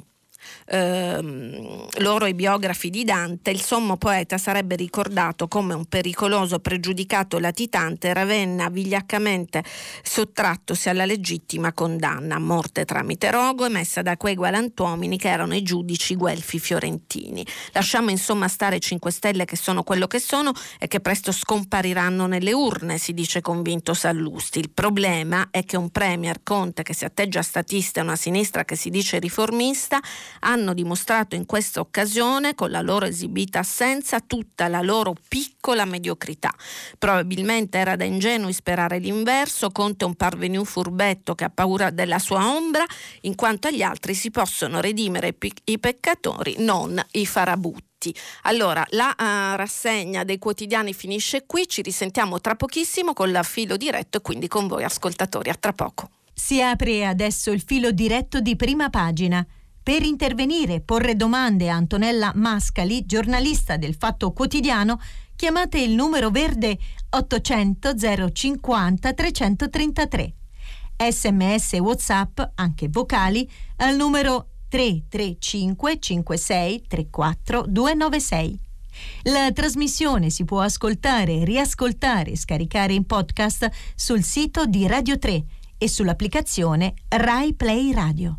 Ehm, loro i biografi di Dante, il sommo poeta sarebbe ricordato come un pericoloso pregiudicato latitante, Ravenna vigliaccamente sottrattosi alla legittima condanna a morte tramite rogo emessa da quei galantuomini che erano i giudici guelfi fiorentini. Lasciamo insomma stare i cinque Stelle che sono quello che sono e che presto scompariranno nelle urne, si dice convinto Sallusti. Il problema è che un premier Conte che si atteggia statista e una sinistra che si dice riformista hanno dimostrato in questa occasione, con la loro esibita assenza, tutta la loro piccola mediocrità. Probabilmente era da ingenui sperare l'inverso. Conte è un parvenu furbetto che ha paura della sua ombra, in quanto agli altri si possono redimere i, pic- i peccatori, non i farabutti. Allora, la uh, rassegna dei quotidiani finisce qui, ci risentiamo tra pochissimo con il filo diretto e quindi con voi ascoltatori. A tra poco.
Si apre adesso il filo diretto di Prima Pagina. Per intervenire, porre domande a Antonella Mascali, giornalista del Fatto Quotidiano, chiamate il numero verde ottocento zero cinquanta trecentotrentatré. Sms e WhatsApp, anche vocali, al numero tre tre cinque cinque sei tre quattro due nove sei. La trasmissione si può ascoltare, riascoltare e scaricare in podcast sul sito di Radio tre e sull'applicazione Rai Play Radio.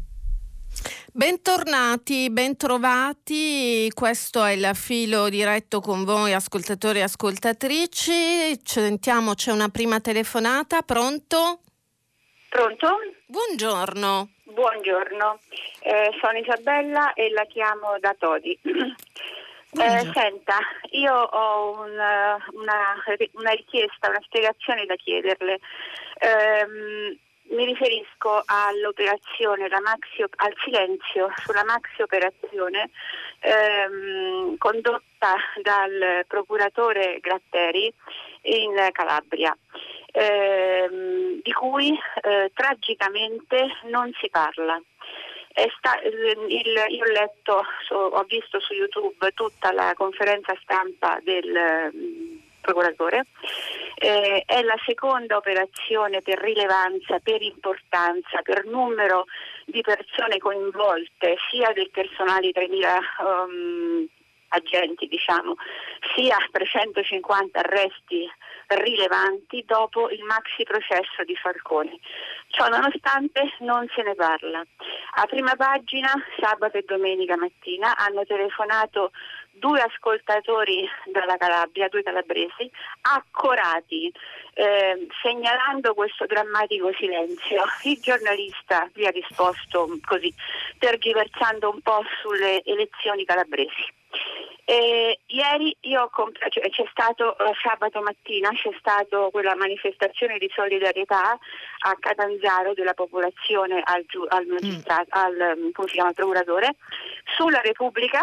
Bentornati, bentrovati, questo è il filo diretto con voi ascoltatori e ascoltatrici. Sentiamo, c'è una prima telefonata, pronto?
Pronto?
Buongiorno.
Buongiorno, eh, sono Isabella e la chiamo da Todi. Eh, senta, io ho un, una, una richiesta, una spiegazione da chiederle. Eh, mi riferisco all'operazione, la maxi, al silenzio sulla maxi operazione ehm, condotta dal procuratore Gratteri in Calabria, ehm, di cui eh, tragicamente non si parla. È sta, il, io ho letto, so, ho visto su YouTube tutta la conferenza stampa del um, procuratore. Eh, è la seconda operazione per rilevanza, per importanza, per numero di persone coinvolte, sia del personale di tremila um, agenti, diciamo, sia trecentocinquanta arresti rilevanti dopo il maxi processo di Falcone. Ciò nonostante non se ne parla. A Prima Pagina, sabato e domenica mattina, hanno telefonato due ascoltatori dalla Calabria, due calabresi, accorati, eh, segnalando questo drammatico silenzio. Il giornalista vi ha risposto così, tergiversando un po' sulle elezioni calabresi. Eh, ieri io ho comprato, cioè, c'è stato eh, sabato mattina c'è stata quella manifestazione di solidarietà a Catanzaro della popolazione al, al magistrato, al, come si chiama, al procuratore. Sulla Repubblica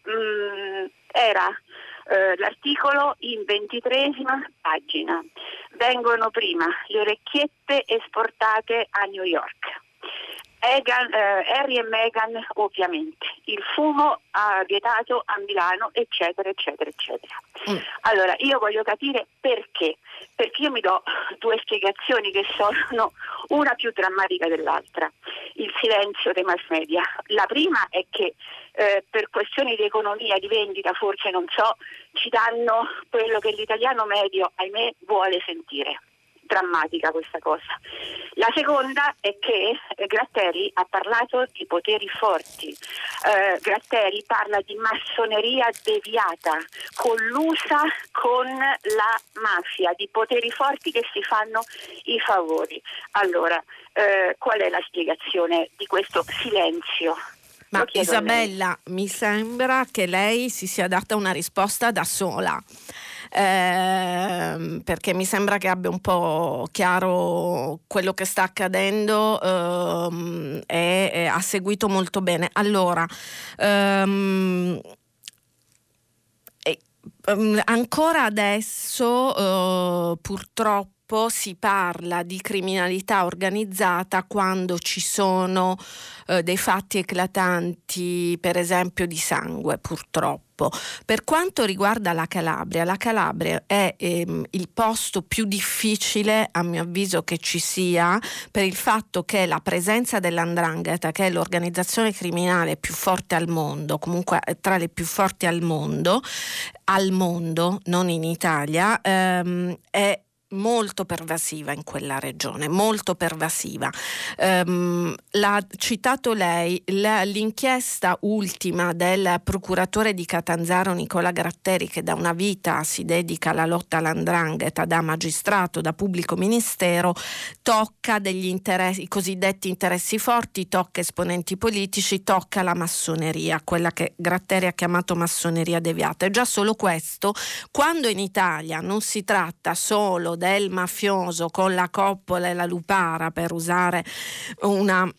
mh, era eh, l'articolo in ventitreesima pagina. Vengono prima le orecchiette esportate a New York. Egan, eh, Harry e Meghan, ovviamente, il fumo ha vietato a Milano, eccetera eccetera eccetera. Mm. Allora io voglio capire perché, perché io mi do due spiegazioni che sono una più drammatica dell'altra. Il silenzio dei mass media. La prima è che eh, per questioni di economia, di vendita, forse non so, ci danno quello che l'italiano medio, ahimè, vuole sentire. Drammatica questa cosa. La seconda è che eh, Gratteri ha parlato di poteri forti. Eh, Gratteri parla di massoneria deviata, collusa con la mafia, di poteri forti che si fanno i favori. Allora, eh, qual è la spiegazione di questo silenzio?
Ma Isabella, mi sembra che lei si sia data una risposta da sola. Eh, perché mi sembra che abbia un po' chiaro quello che sta accadendo ehm, e, e ha seguito molto bene. Allora, ehm, e, ehm, ancora adesso eh, purtroppo si parla di criminalità organizzata quando ci sono eh, dei fatti eclatanti, per esempio di sangue, purtroppo. Per quanto riguarda la Calabria, la Calabria è ehm, il posto più difficile, a mio avviso, che ci sia, per il fatto che la presenza dell'Ndrangheta, che è l'organizzazione criminale più forte al mondo, comunque tra le più forti al mondo, al mondo, non in Italia, ehm, è molto pervasiva in quella regione, molto pervasiva. Um, l'ha citato lei, la, l'inchiesta ultima del procuratore di Catanzaro Nicola Gratteri, che da una vita si dedica alla lotta all''ndrangheta da magistrato, da pubblico ministero, tocca degli interessi, i cosiddetti interessi forti, tocca esponenti politici, tocca la massoneria, quella che Gratteri ha chiamato massoneria deviata. E già solo questo, quando in Italia non si tratta solo del mafioso con la coppola e la lupara, per usare una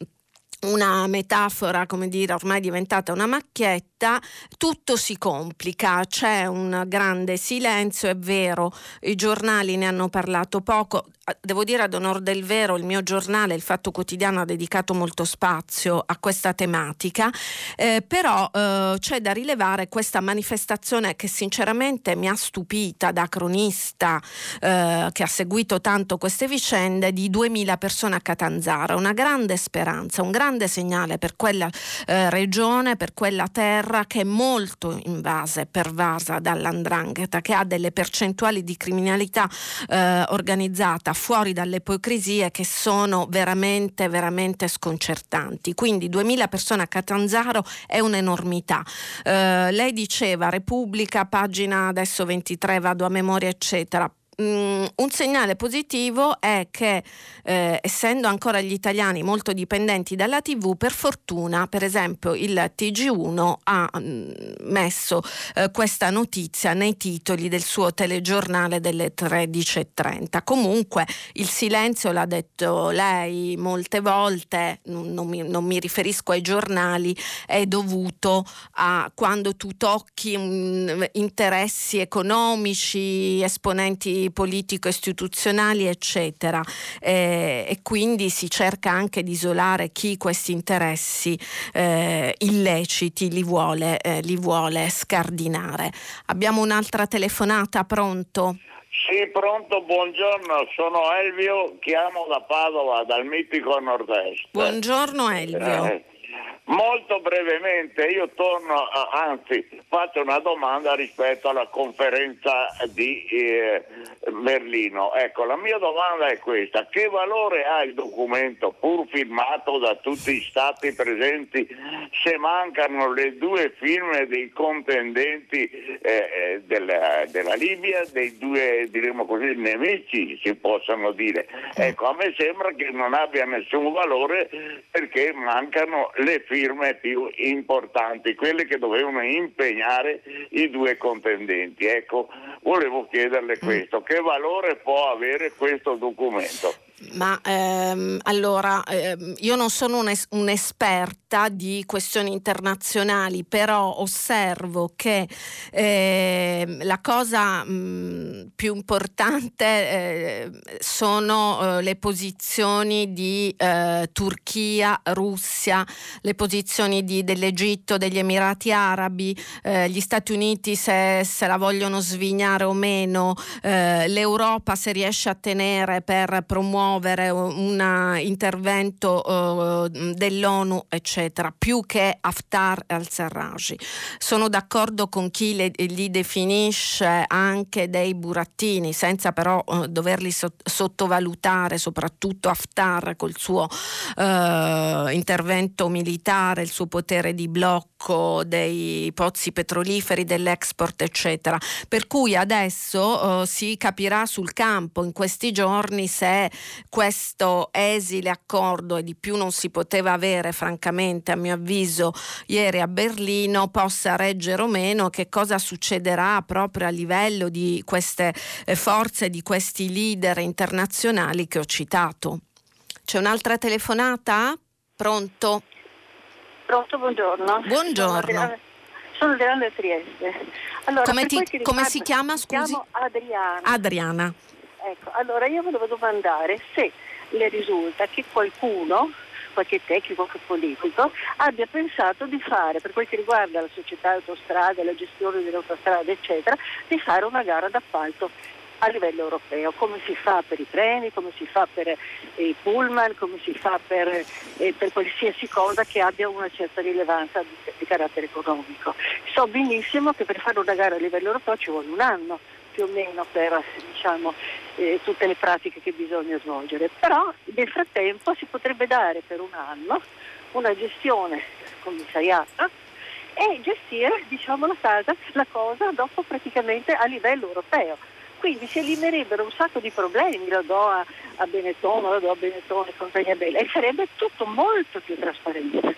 una metafora, come dire, ormai diventata una macchietta, tutto si complica, c'è un grande silenzio, è vero, i giornali ne hanno parlato poco. Devo dire, ad onor del vero, il mio giornale, il Fatto Quotidiano, ha dedicato molto spazio a questa tematica, eh, però eh, c'è da rilevare questa manifestazione che sinceramente mi ha stupita, da cronista eh, che ha seguito tanto queste vicende, di duemila persone a Catanzaro. Una grande speranza, un grande segnale per quella eh, regione, per quella terra che è molto invasa e pervasa dall''ndrangheta, che ha delle percentuali di criminalità eh, organizzata fuori dalle ipocrisie che sono veramente veramente sconcertanti. Quindi duemila persone a Catanzaro è un'enormità. Eh, lei diceva Repubblica, pagina adesso ventitré, vado a memoria eccetera. Mm, un segnale positivo è che eh, essendo ancora gli italiani molto dipendenti dalla tivù, per fortuna per esempio il T G uno ha mm, messo eh, questa notizia nei titoli del suo telegiornale delle tredici e trenta. Comunque il silenzio, l'ha detto lei molte volte, non mi, non mi riferisco ai giornali, è dovuto a quando tu tocchi um, interessi economici, esponenti politico-istituzionali eccetera, eh, e quindi si cerca anche di isolare chi questi interessi eh, illeciti li vuole, eh, li vuole scardinare. Abbiamo un'altra telefonata, pronto?
Sì, pronto, buongiorno, sono Elvio, chiamo da Padova, dal mitico nord-est.
Buongiorno Elvio.
Eh, molto brevemente, io torno, a, anzi faccio una domanda rispetto alla conferenza di eh, Berlino. Ecco, la mia domanda è questa: che valore ha il documento, pur firmato da tutti gli stati presenti, se mancano le due firme dei contendenti eh, della, della Libia, dei due, diremo così, nemici, si possono dire? Ecco, a me sembra che non abbia nessun valore, perché mancano le firme più importanti, quelle che dovevano impegnare i due contendenti. Ecco, volevo chiederle questo: che valore può avere questo documento?
Ma ehm, allora ehm, io non sono un'es- un'esperta di questioni internazionali, però osservo che eh, la cosa mh, più importante eh, sono eh, le posizioni di eh, Turchia, Russia, le posizioni di, dell'Egitto, degli Emirati Arabi, eh, gli Stati Uniti se, se la vogliono svignare o meno, eh, l'Europa se riesce a tenere per promuovere un intervento uh, dell'ONU eccetera, più che Haftar e al-Serraj. Sono d'accordo con chi le, li definisce anche dei burattini, senza però uh, doverli so- sottovalutare, soprattutto Haftar col suo uh, intervento militare, il suo potere di blocco dei pozzi petroliferi, dell'export eccetera. Per cui adesso uh, si capirà sul campo in questi giorni se questo esile accordo, e di più non si poteva avere francamente a mio avviso ieri a Berlino, possa reggere o meno, che cosa succederà proprio a livello di queste eh, forze, di questi leader internazionali che ho citato. C'è un'altra telefonata? Pronto?
Pronto, buongiorno.
Buongiorno.
Sono Adriana da Trieste. Allora,
come, ti,
riguarda,
come si chiama, scusi?
Mi chiamo Adriana.
Adriana.
Ecco, allora io volevo domandare se le risulta che qualcuno, qualche tecnico, qualche politico, abbia pensato di fare, per quel che riguarda la società autostrade, la gestione delle autostrade eccetera, di fare una gara d'appalto a livello europeo, come si fa per i treni, come si fa per eh, i pullman, come si fa per, eh, per qualsiasi cosa che abbia una certa rilevanza di, di carattere economico. So benissimo che per fare una gara a livello europeo ci vuole un anno, più o meno per, diciamo, eh, tutte le pratiche che bisogna svolgere, però nel frattempo si potrebbe dare per un anno una gestione commissariata e gestire, diciamo, la cosa, la cosa dopo praticamente a livello europeo. Quindi si eliminerebbero un sacco di problemi, lo do a, a Benetton, lo do a Benetton e compagnia bella, e sarebbe tutto molto più trasparente.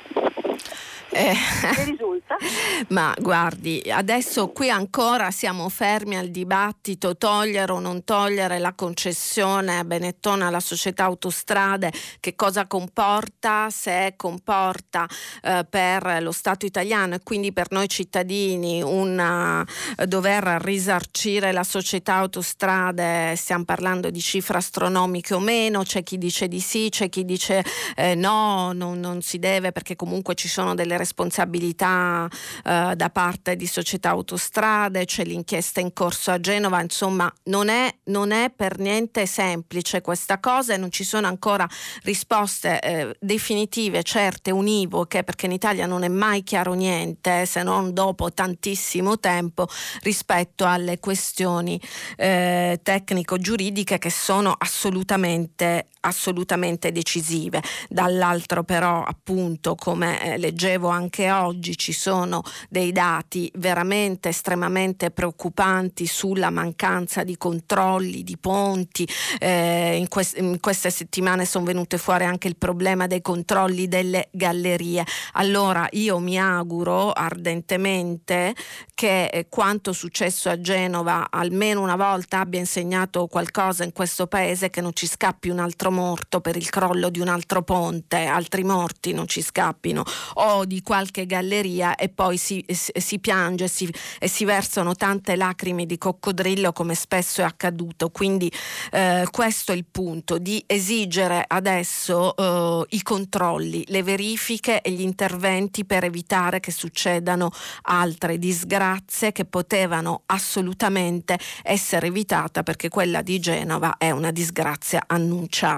Eh,
Che risulta?
Ma guardi, adesso qui ancora siamo fermi al dibattito togliere o non togliere la concessione a Benetton alla società Autostrade, che cosa comporta, se comporta eh, per lo Stato italiano e quindi per noi cittadini un uh, dover risarcire la società Autostrade. Stiamo parlando di cifre astronomiche o meno, c'è chi dice di sì, c'è chi dice eh, no, non, non si deve, perché comunque ci sono delle responsabilità eh, da parte di società Autostrade, c'è l'inchiesta in corso a Genova, insomma non è, non è per niente semplice questa cosa e non ci sono ancora risposte eh, definitive, certe, univoche, perché in Italia non è mai chiaro niente, se non dopo tantissimo tempo, rispetto alle questioni eh, tecnico-giuridiche che sono assolutamente assolutamente decisive. Dall'altro però, appunto, come eh, leggevo anche oggi, ci sono dei dati veramente estremamente preoccupanti sulla mancanza di controlli di ponti. Eh, in, quest- in queste settimane sono venute fuori anche il problema dei controlli delle gallerie. Allora io mi auguro ardentemente che eh, quanto successo a Genova almeno una volta abbia insegnato qualcosa in questo paese, che non ci scappi un altro morto per il crollo di un altro ponte, altri morti non ci scappino, o di qualche galleria e poi si, si piange si, e si versano tante lacrime di coccodrillo, come spesso è accaduto. Quindi eh, questo è il punto, di esigere adesso eh, i controlli, le verifiche e gli interventi per evitare che succedano altre disgrazie che potevano assolutamente essere evitate, perché quella di Genova è una disgrazia annunciata.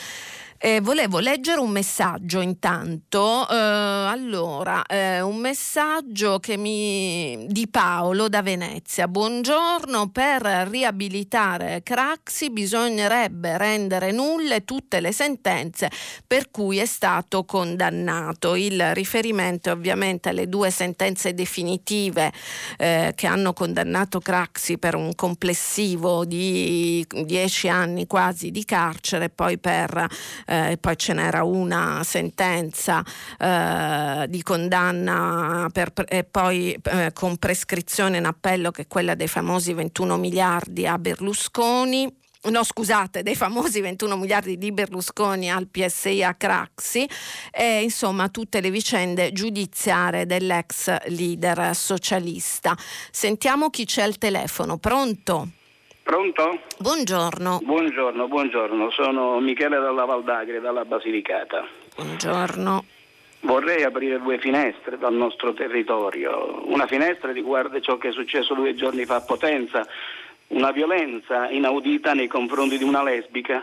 Eh, volevo leggere un messaggio intanto, eh, allora eh, un messaggio che mi di Paolo da Venezia. Buongiorno, per riabilitare Craxi bisognerebbe rendere nulle tutte le sentenze per cui è stato condannato. Il riferimento è ovviamente alle due sentenze definitive eh, che hanno condannato Craxi per un complessivo di dieci anni quasi di carcere, poi per Eh, poi ce n'era una sentenza eh, di condanna per, e poi eh, con prescrizione in appello, che è quella dei famosi ventuno miliardi a Berlusconi. No, scusate, dei famosi ventuno miliardi di Berlusconi al P S I a Craxi, e insomma tutte le vicende giudiziarie dell'ex leader socialista. Sentiamo chi c'è al telefono. Pronto?
Pronto?
Buongiorno.
Buongiorno, buongiorno. Sono Michele dalla Valdagre, dalla Basilicata.
Buongiorno.
Vorrei aprire due finestre dal nostro territorio. Una finestra riguarda ciò che è successo due giorni fa a Potenza, una violenza inaudita nei confronti di una lesbica,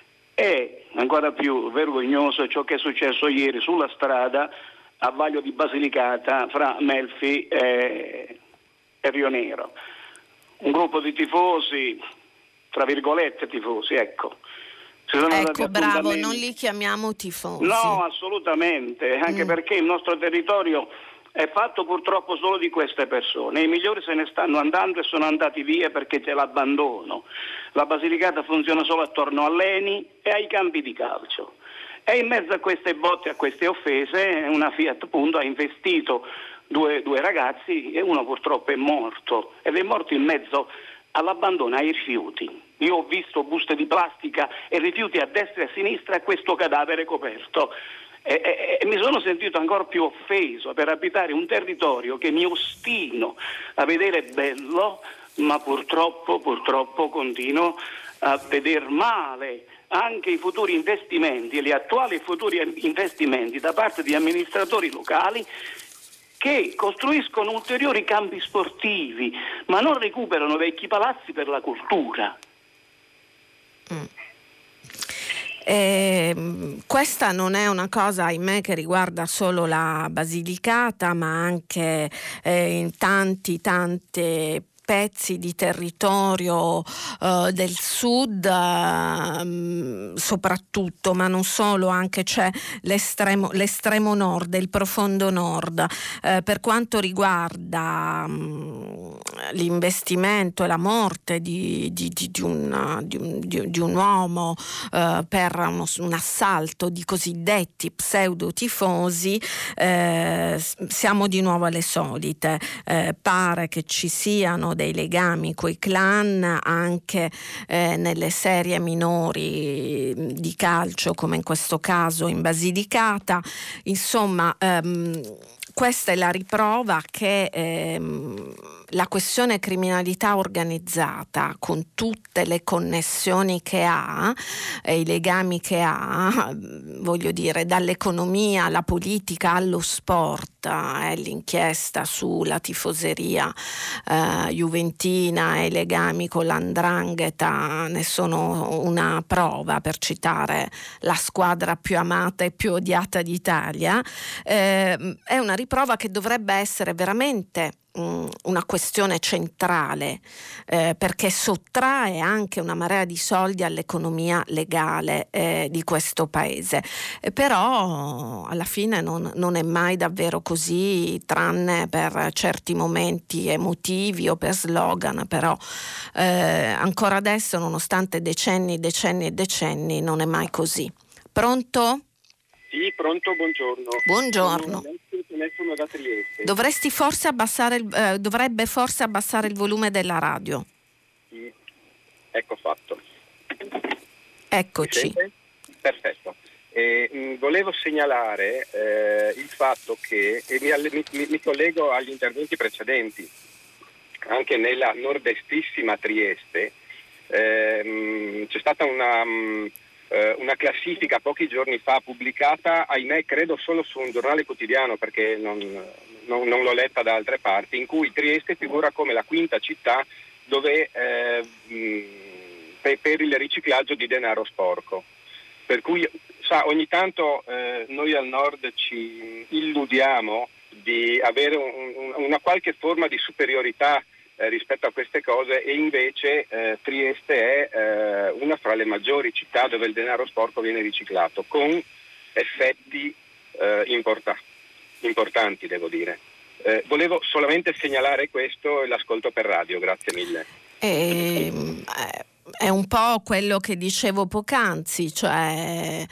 e ancora più vergognoso ciò che è successo ieri sulla strada a Vaglio di Basilicata fra Melfi e, e Rio Nero. Un gruppo di tifosi, tra virgolette tifosi, ecco. Si sono
ecco, bravo, non li chiamiamo tifosi.
No, assolutamente, anche mm. perché il nostro territorio è fatto purtroppo solo di queste persone. I migliori se ne stanno andando e sono andati via perché c'è l'abbandono. La Basilicata funziona solo attorno all'Eni e ai campi di calcio. E in mezzo a queste botte, a queste offese, una Fiat Punto ha investito Due, due ragazzi e uno purtroppo è morto, ed è morto in mezzo all'abbandono, ai rifiuti. Io ho visto buste di plastica e rifiuti a destra e a sinistra e questo cadavere coperto, e, e, e mi sono sentito ancora più offeso per abitare un territorio che mi ostino a vedere bello, ma purtroppo, purtroppo continuo a veder male anche i futuri investimenti, gli attuali e futuri investimenti da parte di amministratori locali che costruiscono ulteriori campi sportivi, ma non recuperano vecchi palazzi per la cultura.
Mm. Eh, questa non è una cosa, ahimè, che riguarda solo la Basilicata, ma anche eh, in tanti, tante pezzi di territorio eh, del sud eh, soprattutto, ma non solo, anche c'è l'estremo, l'estremo nord, il profondo nord. Eh, per quanto riguarda mh, l'investimento e la morte di, di, di, di, un, di, un, di, di un uomo eh, per uno, un assalto di cosiddetti pseudotifosi, eh, siamo di nuovo alle solite. Eh, pare che ci siano dei legami coi clan anche eh, nelle serie minori di calcio, come in questo caso in Basilicata. Insomma, ehm, questa è la riprova che ehm, la questione criminalità organizzata, con tutte le connessioni che ha e i legami che ha, voglio dire, dall'economia alla politica allo sport, eh, l'inchiesta sulla tifoseria eh, juventina e i legami con l'Andrangheta ne sono una prova, per citare la squadra più amata e più odiata d'Italia. Eh, è una riprova che dovrebbe essere veramente una questione centrale, eh, perché sottrae anche una marea di soldi all'economia legale eh, di questo paese. Eh, però alla fine non, non è mai davvero così, tranne per certi momenti emotivi o per slogan, però eh, ancora adesso, nonostante decenni, decenni e decenni, non è mai così. Pronto?
Sì, pronto, buongiorno.
Buongiorno.
Sono da Trieste.
Dovresti forse abbassare il, eh, dovrebbe forse abbassare il volume della radio.
Sì. Ecco fatto.
Eccoci.
Perfetto. Eh, mh, volevo segnalare eh, il fatto che, e mi, mi, mi collego agli interventi precedenti, anche nella nord-estissima Trieste eh, mh, c'è stata una... Mh, una classifica pochi giorni fa pubblicata, ahimè credo solo su un giornale quotidiano, perché non, non, non l'ho letta da altre parti, in cui Trieste figura come la quinta città dove eh, per, per il riciclaggio di denaro sporco. Per cui sa, ogni tanto eh, noi al nord ci illudiamo di avere un, un, una qualche forma di superiorità rispetto a queste cose, e invece eh, Trieste è eh, una fra le maggiori città dove il denaro sporco viene riciclato, con effetti eh, importa- importanti, devo dire. Eh, volevo solamente segnalare questo e l'ascolto per radio, grazie mille.
E, è un po' quello che dicevo poc'anzi, cioè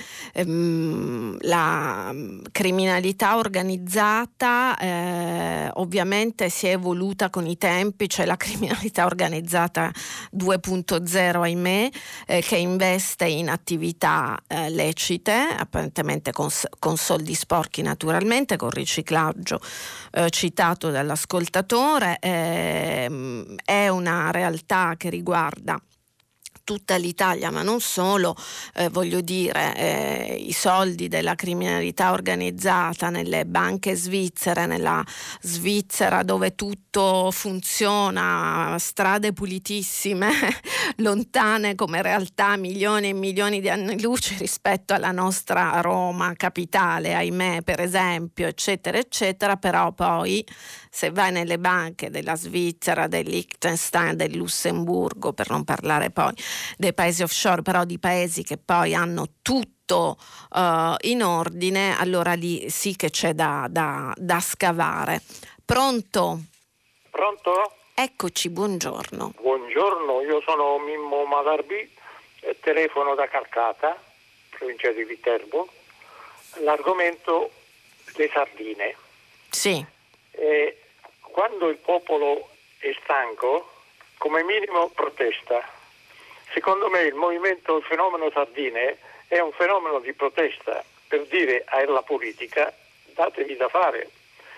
ehm, la criminalità organizzata eh, ovviamente si è evoluta con i tempi, c'è la criminalità organizzata due punto zero, ahimè, eh, che investe in attività eh, lecite, apparentemente con, con soldi sporchi naturalmente, con riciclaggio eh, citato dall'ascoltatore. Eh, è una realtà che riguarda tutta l'Italia, ma non solo, eh, voglio dire, eh, i soldi della criminalità organizzata nelle banche svizzere, nella Svizzera dove tutto funziona, strade pulitissime, lontane come realtà milioni e milioni di anni luce rispetto alla nostra Roma capitale, ahimè, per esempio, eccetera, eccetera, però poi se vai nelle banche della Svizzera, del Liechtenstein, del Lussemburgo, per non parlare poi dei paesi offshore, però di paesi che poi hanno tutto uh, in ordine, allora lì sì che c'è da, da, da scavare. Pronto?
Pronto?
Eccoci, buongiorno.
Buongiorno, io sono Mimmo Malarbi, telefono da Calcata, provincia di Viterbo. L'argomento le sardine.
Sì.
Eh, quando il popolo è stanco, come minimo protesta. Secondo me il movimento, il fenomeno sardine è un fenomeno di protesta per dire alla politica datevi da fare.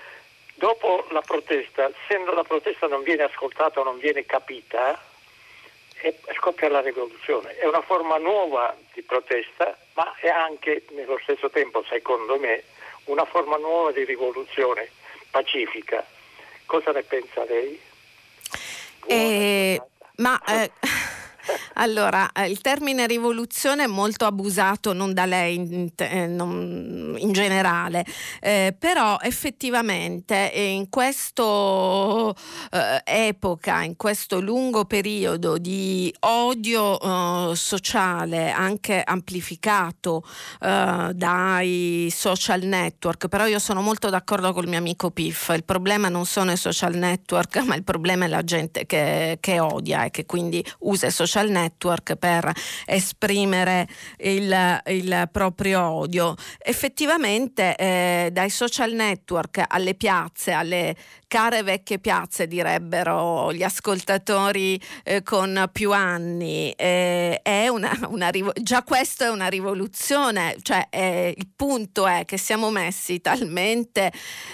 Dopo la protesta, se la protesta non viene ascoltata o non viene capita, e scoppia la rivoluzione. È una forma nuova di protesta, ma è anche nello stesso tempo, secondo me, una forma nuova di rivoluzione pacifica. Cosa ne pensa lei?
Eh, ma eh, Allora, il termine rivoluzione è molto abusato, non da lei in, in, in generale, eh, però effettivamente in questa eh, epoca, in questo lungo periodo di odio eh, sociale, anche amplificato eh, dai social network, però io sono molto d'accordo col mio amico Piff, il problema non sono i social network, ma il problema è la gente che, che odia e che quindi usa i social network per esprimere il, il proprio odio. Effettivamente eh, dai social network alle piazze, alle care vecchie piazze, direbbero gli ascoltatori eh, con più anni, eh, è una, una già questo è una rivoluzione, cioè eh, il punto è che siamo messi talmente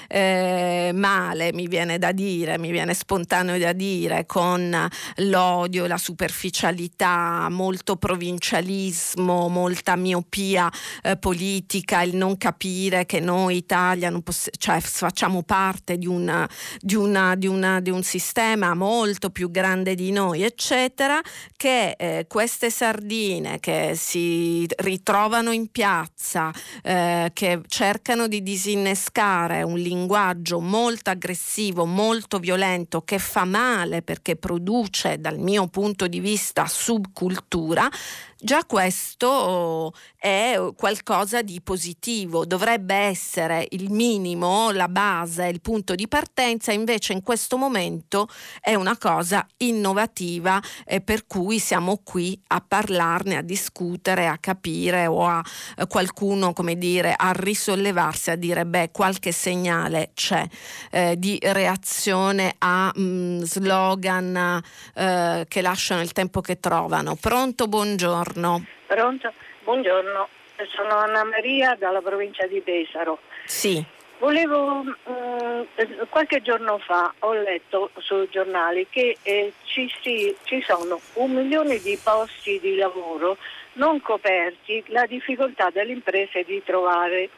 eh, male, mi viene da dire, mi viene spontaneo da dire, con l'odio, la superficialità, molto provincialismo, molta miopia eh, politica, il non capire che noi Italia non poss- cioè facciamo parte di una Di, una, di, una, di un sistema molto più grande di noi, eccetera, che eh, queste sardine che si ritrovano in piazza, eh, che cercano di disinnescare un linguaggio molto aggressivo, molto violento, che fa male perché produce, dal mio punto di vista, subcultura, già questo è qualcosa di positivo, dovrebbe essere il minimo, la base, il punto di partenza, invece in questo momento è una cosa innovativa e per cui siamo qui a parlarne, a discutere, a capire o a qualcuno, come dire, a risollevarsi, a dire beh, qualche segnale c'è eh, di reazione a mh, slogan eh, che lasciano il tempo che trovano. Pronto, buongiorno.
Pronto? Buongiorno, sono Anna Maria dalla provincia di Pesaro.
Sì.
Volevo, mh, qualche giorno fa ho letto sui giornali che eh, ci, si, ci sono un milione di posti di lavoro non coperti, la difficoltà delle imprese di trovare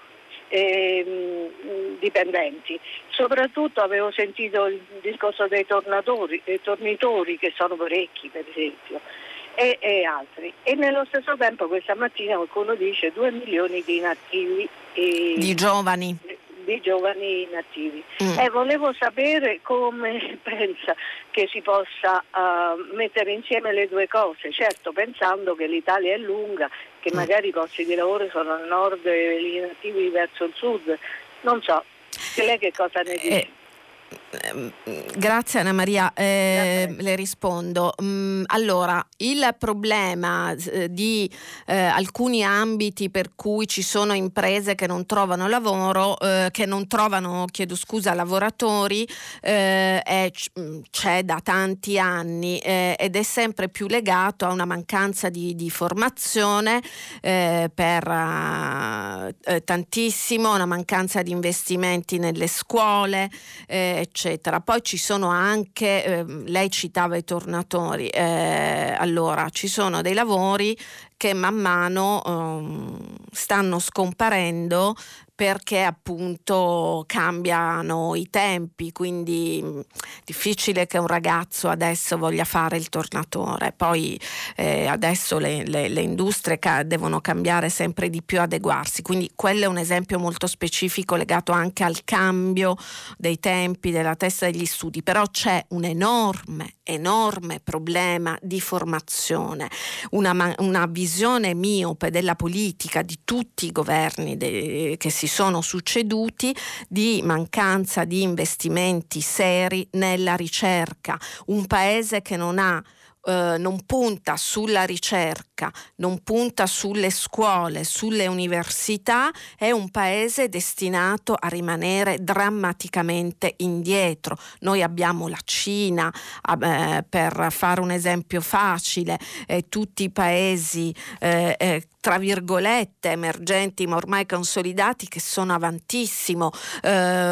eh, dipendenti. Soprattutto avevo sentito il discorso dei tornatori, dei tornitori, che sono parecchi per esempio. E, e altri. E nello stesso tempo questa mattina qualcuno dice due milioni di inattivi e
di giovani
di giovani inattivi
mm.
e volevo sapere come pensa che si possa uh, mettere insieme le due cose, certo pensando che l'Italia è lunga, che mm. magari i posti di lavoro sono al nord e gli inattivi verso il sud, non so, che lei che cosa ne dice? Eh.
Grazie Anna Maria, eh, le rispondo. Mm, allora, il problema eh, di eh, alcuni ambiti per cui ci sono imprese che non trovano lavoro, eh, che non trovano, chiedo scusa, lavoratori, eh, è, c'è da tanti anni eh, ed è sempre più legato a una mancanza di, di formazione eh, per eh, tantissimo, una mancanza di investimenti nelle scuole, eh, eccetera. Poi ci sono anche, eh, lei citava i tornatori, eh, allora ci sono dei lavori che man mano eh, stanno scomparendo perché appunto cambiano i tempi, quindi mh, difficile che un ragazzo adesso voglia fare il tornatore. Poi eh, adesso le, le, le industrie ca- devono cambiare sempre di più, adeguarsi, quindi quello è un esempio molto specifico legato anche al cambio dei tempi, della testa degli studi. Però c'è un enorme, enorme problema di formazione, una, una visione miope della politica, di tutti i governi de- che si sono succeduti, di mancanza di investimenti seri nella ricerca. Un paese che non ha Uh, non punta sulla ricerca, non punta sulle scuole, sulle università, è un paese destinato a rimanere drammaticamente indietro. Noi abbiamo la Cina, eh, per fare un esempio facile, eh, tutti i paesi eh, eh, tra virgolette emergenti ma ormai consolidati che sono avantissimo.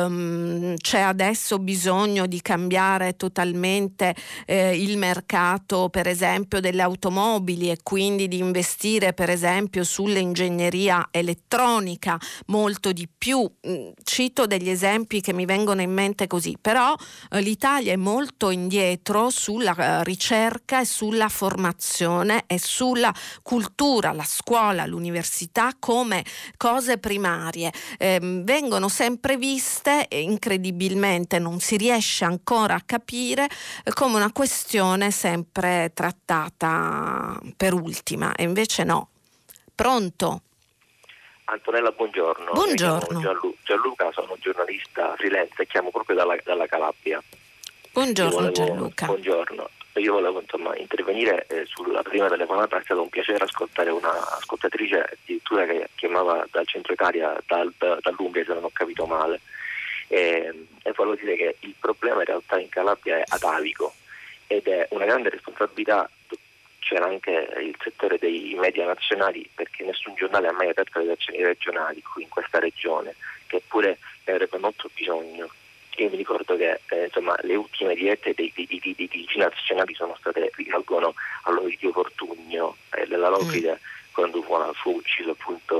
Ehm, c'è adesso bisogno di cambiare totalmente eh, il mercato l'aumento per esempio delle automobili e quindi di investire per esempio sull'ingegneria elettronica molto di più. Cito degli esempi che mi vengono in mente così, però eh, l'Italia è molto indietro sulla eh, ricerca e sulla formazione e sulla cultura, la scuola, l'università come cose primarie. Eh, vengono sempre viste e incredibilmente non si riesce ancora a capire eh, come una questione sempre trattata per ultima, e invece no. Pronto?
Antonella, buongiorno.
Buongiorno.
Gianlu- Gianluca, sono un giornalista freelance e chiamo proprio dalla, dalla Calabria.
Buongiorno
volevo,
Gianluca.
Buongiorno. Io volevo insomma intervenire eh, sulla prima telefonata. È stato un piacere ascoltare una ascoltatrice addirittura che chiamava dal centro Italia, dal, da, dall'Umbria, se non ho capito male. E, e volevo dire che il problema in realtà in Calabria è atavico ed è una grande responsabilità. C'era anche il settore dei media nazionali, perché nessun giornale ha mai aperto le redazioni regionali qui in questa regione, che pure ne avrebbe molto bisogno. Io mi ricordo che eh, insomma, le ultime dirette dei T G nazionali sono state, risalgono all'Ovidio Fortunio, eh, della Locride, mm. quando fu, fu ucciso appunto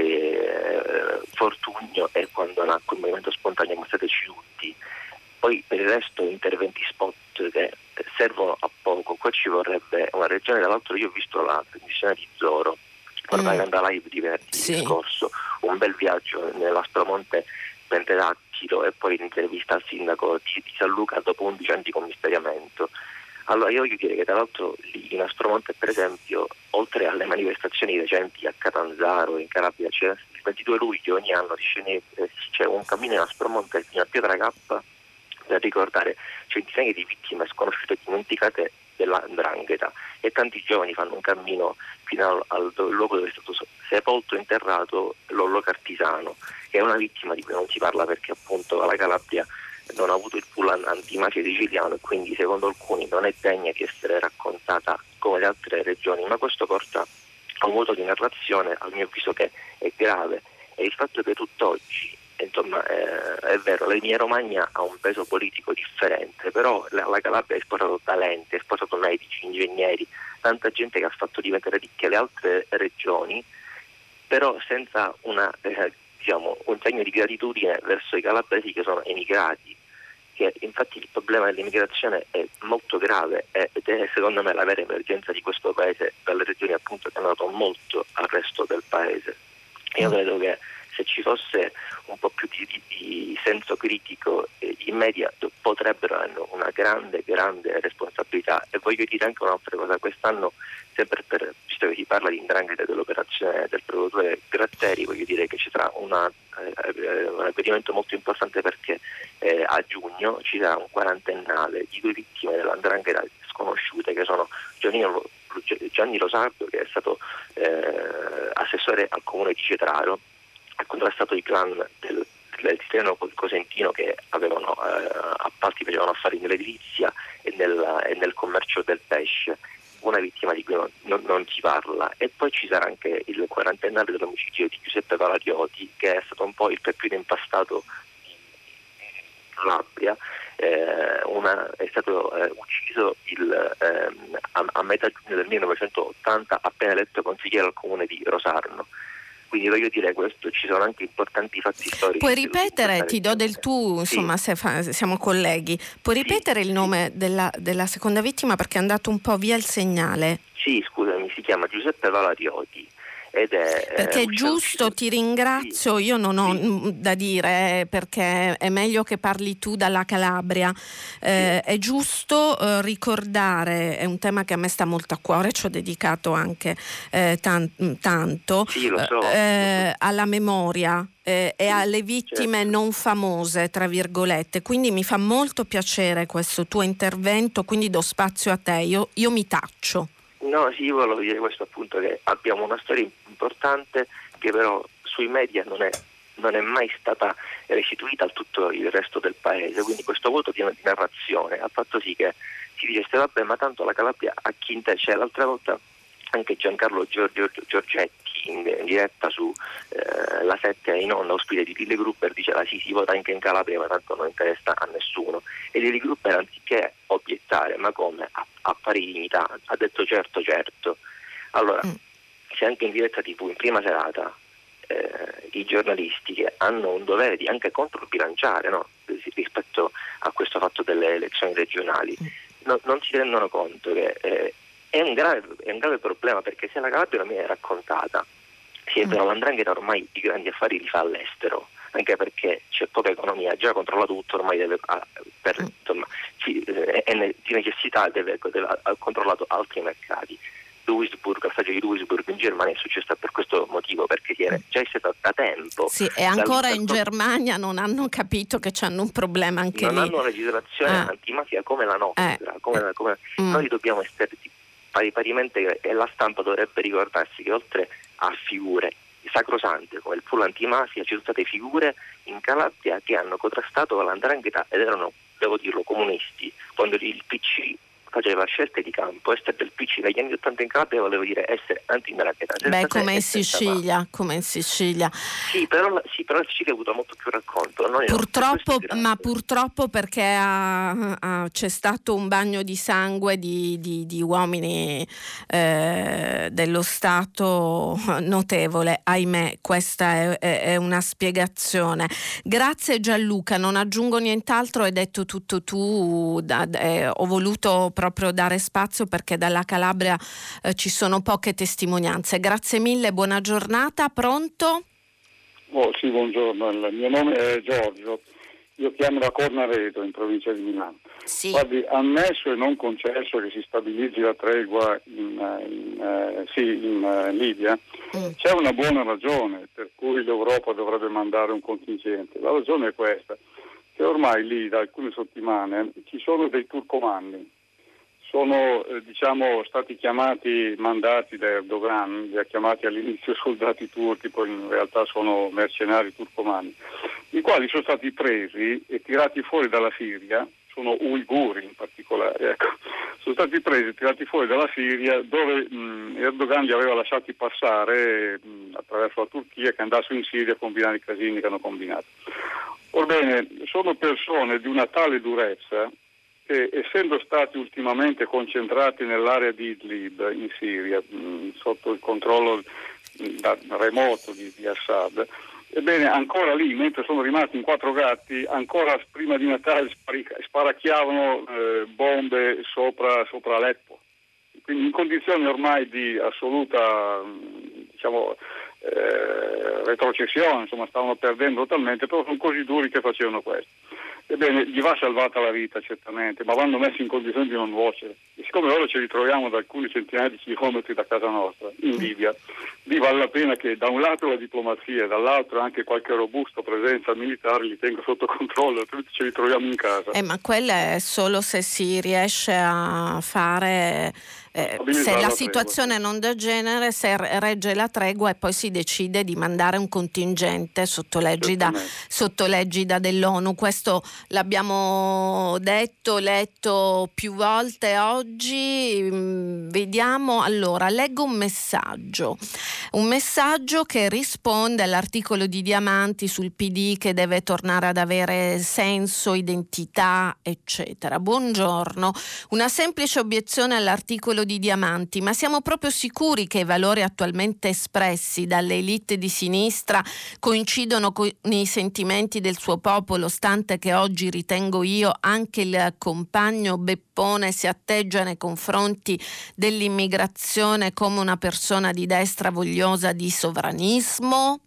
eh, Fortunio, e quando nacque il movimento spontaneo Mostrate tutti. Poi per il resto interventi spot che servono a poco. Qua ci vorrebbe una regione. Tra l'altro io ho visto la trasmissione di Zoro, propaganda mm. live di venerdì sì. scorso, un bel viaggio nell'Aspromonte Pentadattilo e poi l'intervista al sindaco di, di San Luca dopo undici anni di commissariamento. Allora io voglio dire che tra l'altro lì in Aspromonte per esempio, oltre alle manifestazioni recenti a Catanzaro in Calabria, c'è il ventidue luglio ogni anno c'è un cammino in Aspromonte fino a Pietra Cappa per ricordare centinaia di vittime sconosciute e dimenticate della 'ndrangheta, e tanti giovani fanno un cammino fino al, al luogo dove è stato sepolto e interrato l'Olloco Artisano, che è una vittima di cui non si parla perché appunto la Calabria non ha avuto il pool antimafia siciliano e quindi secondo alcuni non è degna di essere raccontata come le altre regioni, ma questo porta a un vuoto di narrazione a mio avviso che è grave, e il fatto che tutt'oggi insomma eh, è vero, l'Emilia Romagna ha un peso politico differente, però la, la Calabria ha esportato talenti, ha esportato medici, ingegneri, tanta gente che ha fatto diventare ricche le altre regioni, però senza una, eh, diciamo, un segno di gratitudine verso i calabresi che sono emigrati, che infatti il problema dell'immigrazione è molto grave ed è secondo me la vera emergenza di questo paese, dalle regioni appunto che hanno dato molto al resto del paese. Io credo che se ci fosse un po' più di, di, di senso critico, eh, i media potrebbero avere una grande, grande responsabilità. E voglio dire anche un'altra cosa, quest'anno, sempre per, visto che si parla di 'ndrangheta dell'operazione del procuratore Gratteri, voglio dire che ci sarà una, eh, un avvenimento molto importante perché eh, a giugno ci sarà un quarantennale di due vittime della 'ndrangheta sconosciute, che sono Giannino, Gianni Rosardo, che è stato eh, assessore al comune di Cetraro, ha contrastato i clan del, del Tirreno Cosentino che avevano eh, appalti, facevano affari nell'edilizia e nel, e nel commercio del pesce, una vittima di cui non, non, non si parla. E poi ci sarà anche il quarantennale dell'omicidio di Giuseppe Valarioti, che è stato un po' il pepino impastato di Calabria. Eh, una, è stato eh, ucciso il, eh, a, a metà giugno del millenovecentottanta, appena eletto consigliere al comune di Rosarno. Quindi voglio dire questo, ci sono anche importanti fatti storici.
Puoi ripetere, ti do del tu, insomma, sì. se fa, se siamo colleghi, puoi ripetere sì, il nome sì. della, della seconda vittima perché è andato un po' via il segnale?
Sì, scusami, si chiama Giuseppe Valarioti. Ed è,
perché è giusto, ti ringrazio, sì. io non ho sì. da dire perché è meglio che parli tu dalla Calabria, eh, sì. è giusto eh, ricordare, è un tema che a me sta molto a cuore, ci ho dedicato anche eh, tan- tanto
sì, lo so,
eh,
lo so.
alla memoria eh, e alle vittime certo. non famose, tra virgolette, quindi mi fa molto piacere questo tuo intervento, quindi do spazio a te, io, io mi taccio.
No, sì, volevo dire questo appunto, che abbiamo una storia importante che però sui media non è, non è mai stata restituita a tutto il resto del paese, quindi questo vuoto di, di narrazione ha fatto sì che si dicesse vabbè, ma tanto la Calabria ha chi interessa. L'altra volta anche Giancarlo Giorgio, Giorgetti in, in diretta su eh, la sette in onda, ospite di Lilli Gruber, diceva sì, si vota anche in Calabria, ma tanto non interessa a nessuno. E Lilli Gruber, anziché obiettare ma come a, a pari dignità, ha detto certo certo. Allora mm. se anche in diretta tivù in prima serata eh, i giornalisti, che hanno un dovere di anche controbilanciare, no? rispetto a questo fatto delle elezioni regionali, no, non si rendono conto che eh, è, un grave, è un grave problema, perché se la Calabria non viene raccontata, sì è vero, l'andrangheta ormai i grandi affari li fa all'estero, anche perché c'è poca economia, già controlla tutto, ormai deve, per, insomma, ci, è, è di necessità deve, deve ha controllato altri mercati. Duisburg, al saggio di Duisburg in Germania è successa per questo motivo, perché si era già stata da tempo.
Sì, e ancora in Germania non hanno capito che c'hanno un problema anche
non
lì.
Non hanno una legislazione
ah.
antimafia come la nostra,
eh.
come, come
mm.
noi dobbiamo essere pari, parimente, e la stampa dovrebbe ricordarsi che oltre a figure sacrosante come il pool antimafia ci sono state figure in Calabria che hanno contrastato l'andrangheta ed erano, devo dirlo, comunisti, quando il P C faceva scelte di campo. Essere del P C negli anni ottanta in Calabria volevo dire essere anti-ndrangheta.
Beh, come in Sicilia, come in Sicilia.
Sì, però, sì, però la Sicilia ha avuto molto più racconto. Noi
purtroppo, ma purtroppo perché ha, ha, c'è stato un bagno di sangue di, di, di uomini eh, dello Stato notevole, ahimè, questa è, è, è una spiegazione. Grazie Gianluca, non aggiungo nient'altro, hai detto tutto tu, da, eh, ho voluto proprio dare spazio perché dalla Calabria eh, ci sono poche testimonianze. Grazie mille, buona giornata. Pronto?
Oh, sì, buongiorno, il mio nome è Giorgio, io chiamo da Cornaredo in provincia di Milano.
Sì.
Guardi, ammesso e non concesso che si stabilizzi la tregua in, in, eh, sì, in uh, Libia, mm. c'è una buona ragione per cui l'Europa dovrebbe mandare un contingente. La ragione è questa, che ormai lì da alcune settimane ci sono dei turcomanni. Sono eh, diciamo stati chiamati, mandati da Erdogan, li ha chiamati all'inizio soldati turchi, poi in realtà sono mercenari turcomani, i quali sono stati presi e tirati fuori dalla Siria, sono uiguri in particolare, ecco, sono stati presi e tirati fuori dalla Siria dove mh, Erdogan li aveva lasciati passare mh, attraverso la Turchia, che andassero in Siria a combinare i casini che hanno combinato. Orbene, sono persone di una tale durezza che, essendo stati ultimamente concentrati nell'area di Idlib in Siria, mh, sotto il controllo mh, da, remoto di, di Assad, ebbene ancora lì, mentre sono rimasti in quattro gatti, ancora prima di Natale sparic- sparacchiavano eh, bombe sopra, sopra Aleppo, quindi in condizioni ormai di assoluta mh, diciamo eh, retrocessione, insomma stavano perdendo totalmente, però sono così duri che facevano questo. Ebbene, gli va salvata la vita certamente, ma vanno messi in condizioni di non nuocere. E siccome ora ci ritroviamo da alcuni centinaia di chilometri da casa nostra, in Libia, lì vale la pena che da un lato la diplomazia e dall'altro anche qualche robusta presenza militare li tenga sotto controllo, altrimenti ci ritroviamo in casa.
Eh, ma quella è solo se si riesce a fare... Eh, se la, la situazione tregua. Non degenere, se regge la tregua e poi si decide di mandare un contingente sotto l'egida, sotto l'egida dell'ONU. Questo l'abbiamo detto, letto più volte oggi. Vediamo, allora, leggo un messaggio un messaggio che risponde all'articolo di Diamanti sul P D che deve tornare ad avere senso, identità, eccetera. Buongiorno, una semplice obiezione all'articolo di Diamanti, ma siamo proprio sicuri che i valori attualmente espressi dalle elite di sinistra coincidono con i sentimenti del suo popolo, stante che oggi, ritengo io, anche il compagno Beppone si atteggia nei confronti dell'immigrazione come una persona di destra vogliosa di sovranismo?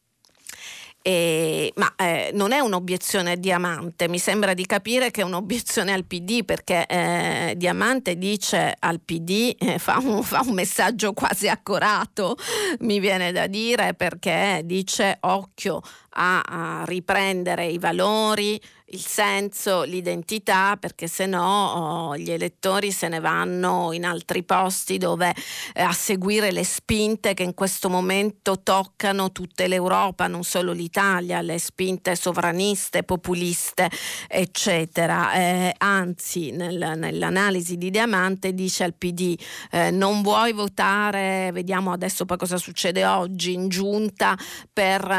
Eh, ma eh, non è un'obiezione Diamante, mi sembra di capire che è un'obiezione al P D, perché eh, Diamante dice al P D, eh, fa, un, fa un messaggio quasi accorato, mi viene da dire, perché dice occhio a, a riprendere i valori, il senso, l'identità, perché se no oh, gli elettori se ne vanno in altri posti dove eh, a seguire le spinte che in questo momento toccano tutta l'Europa, non solo l'Italia, le spinte sovraniste, populiste, eccetera. Eh, anzi, nel, nell'analisi di Diamante dice al P D eh, non vuoi votare, vediamo adesso poi cosa succede oggi in giunta, per eh,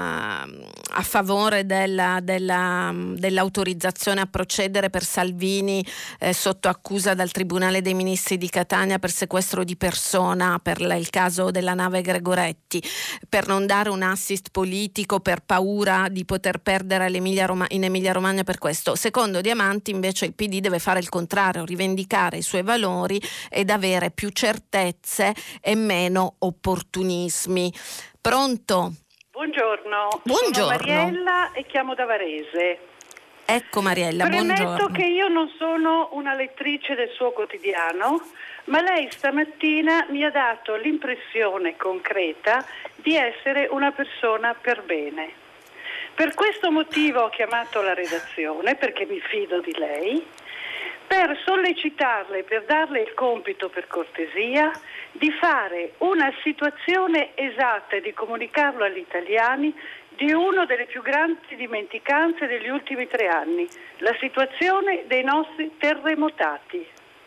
a favore della, della dell'autorizzazione a procedere per Salvini eh, sotto accusa dal Tribunale dei Ministri di Catania per sequestro di persona per la, il caso della nave Gregoretti, per non dare un assist politico per paura di poter perdere l'Emilia Roma- in Emilia Romagna per questo. Secondo Diamanti invece il P D deve fare il contrario, rivendicare i suoi valori ed avere più certezze e meno opportunismi. Pronto?
Buongiorno,
Buongiorno.
Sono Mariella e chiamo da Varese.
Ecco Mariella,
Premetto
buongiorno.
che io non sono una lettrice del suo quotidiano, ma lei stamattina mi ha dato l'impressione concreta di essere una persona per bene. Per questo motivo ho chiamato la redazione, perché mi fido di lei, per sollecitarle, per darle il compito, per cortesia, di fare una situazione esatta e di comunicarlo agli italiani di una delle più grandi dimenticanze degli ultimi tre anni, la situazione dei nostri terremotati.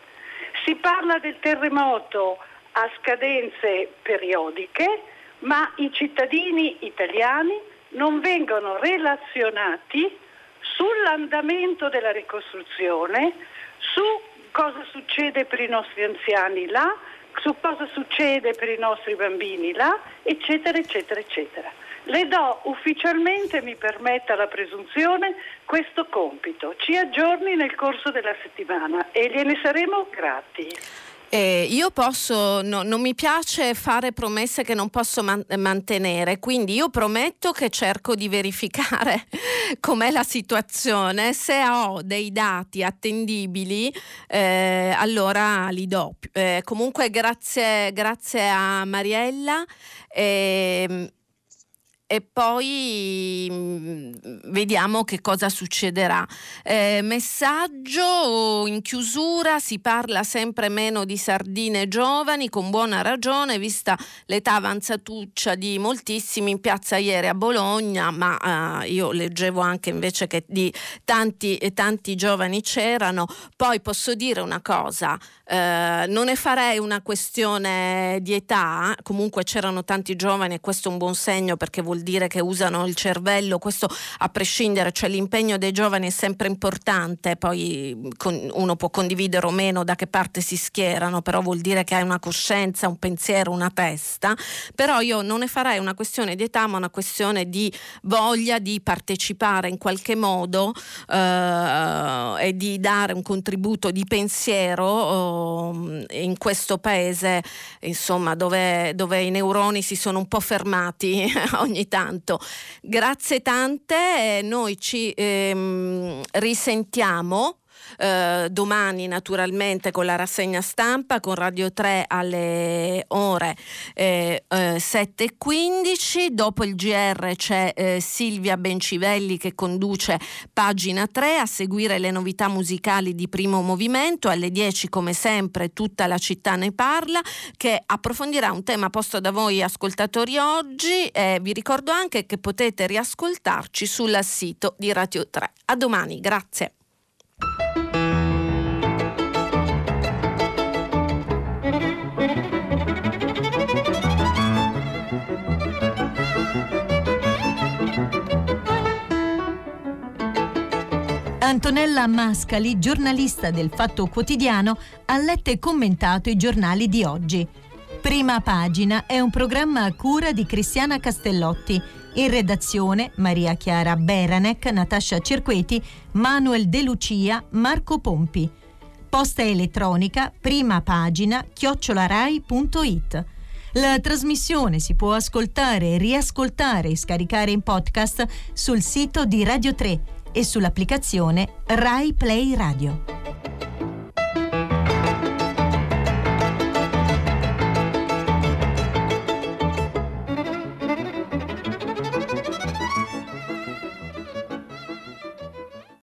Si parla del terremoto a scadenze periodiche, ma i cittadini italiani non vengono relazionati sull'andamento della ricostruzione, su cosa succede per i nostri anziani là, su cosa succede per i nostri bambini là, eccetera, eccetera, eccetera. Le do ufficialmente, mi permetta la presunzione, questo compito. Ci aggiorni nel corso della settimana e gliene saremo grati.
Eh, io posso, no, non mi piace fare promesse che non posso man- mantenere, quindi io prometto che cerco di verificare com'è la situazione. Se ho dei dati attendibili, eh, allora li do. Eh, comunque grazie, grazie a Mariella. Eh, E poi mh, vediamo che cosa succederà. Eh, messaggio in chiusura: si parla sempre meno di sardine giovani, con buona ragione, vista l'età avanzatuccia di moltissimi in piazza ieri a Bologna, ma eh, io leggevo anche invece che di tanti e tanti giovani c'erano. Poi posso dire una cosa, eh, non ne farei una questione di età, comunque c'erano tanti giovani e questo è un buon segno, perché vuol dire che usano il cervello, questo a prescindere, cioè l'impegno dei giovani è sempre importante, poi con, uno può condividere o meno da che parte si schierano, però vuol dire che hai una coscienza, un pensiero, una testa. Però io non ne farei una questione di età, ma una questione di voglia di partecipare in qualche modo eh, e di dare un contributo di pensiero eh, in questo paese, insomma, dove, dove i neuroni si sono un po' fermati ogni tanto. Grazie tante, eh, noi ci ehm, risentiamo eh, domani naturalmente con la rassegna stampa, con Radio tre alle ore eh, eh, sette e quindici. Dopo il G R c'è eh, Silvia Bencivelli che conduce Pagina tre, a seguire le novità musicali di Primo Movimento. Alle dieci come sempre Tutta la città ne parla, che approfondirà un tema posto da voi ascoltatori oggi. Eh, vi ricordo anche che potete riascoltarci sul sito di Radio tre. A domani, grazie.
Antonella Mascali, giornalista del Fatto Quotidiano, ha letto e commentato i giornali di oggi. Prima Pagina è un programma a cura di Cristiana Castellotti. In redazione Maria Chiara Beranec, Natascia Cerqueti, Manuel De Lucia, Marco Pompi. Posta elettronica primapagina chiocciolarai punto it. La trasmissione si può ascoltare, riascoltare e scaricare in podcast sul sito di Radio tre e sull'applicazione Rai Play Radio.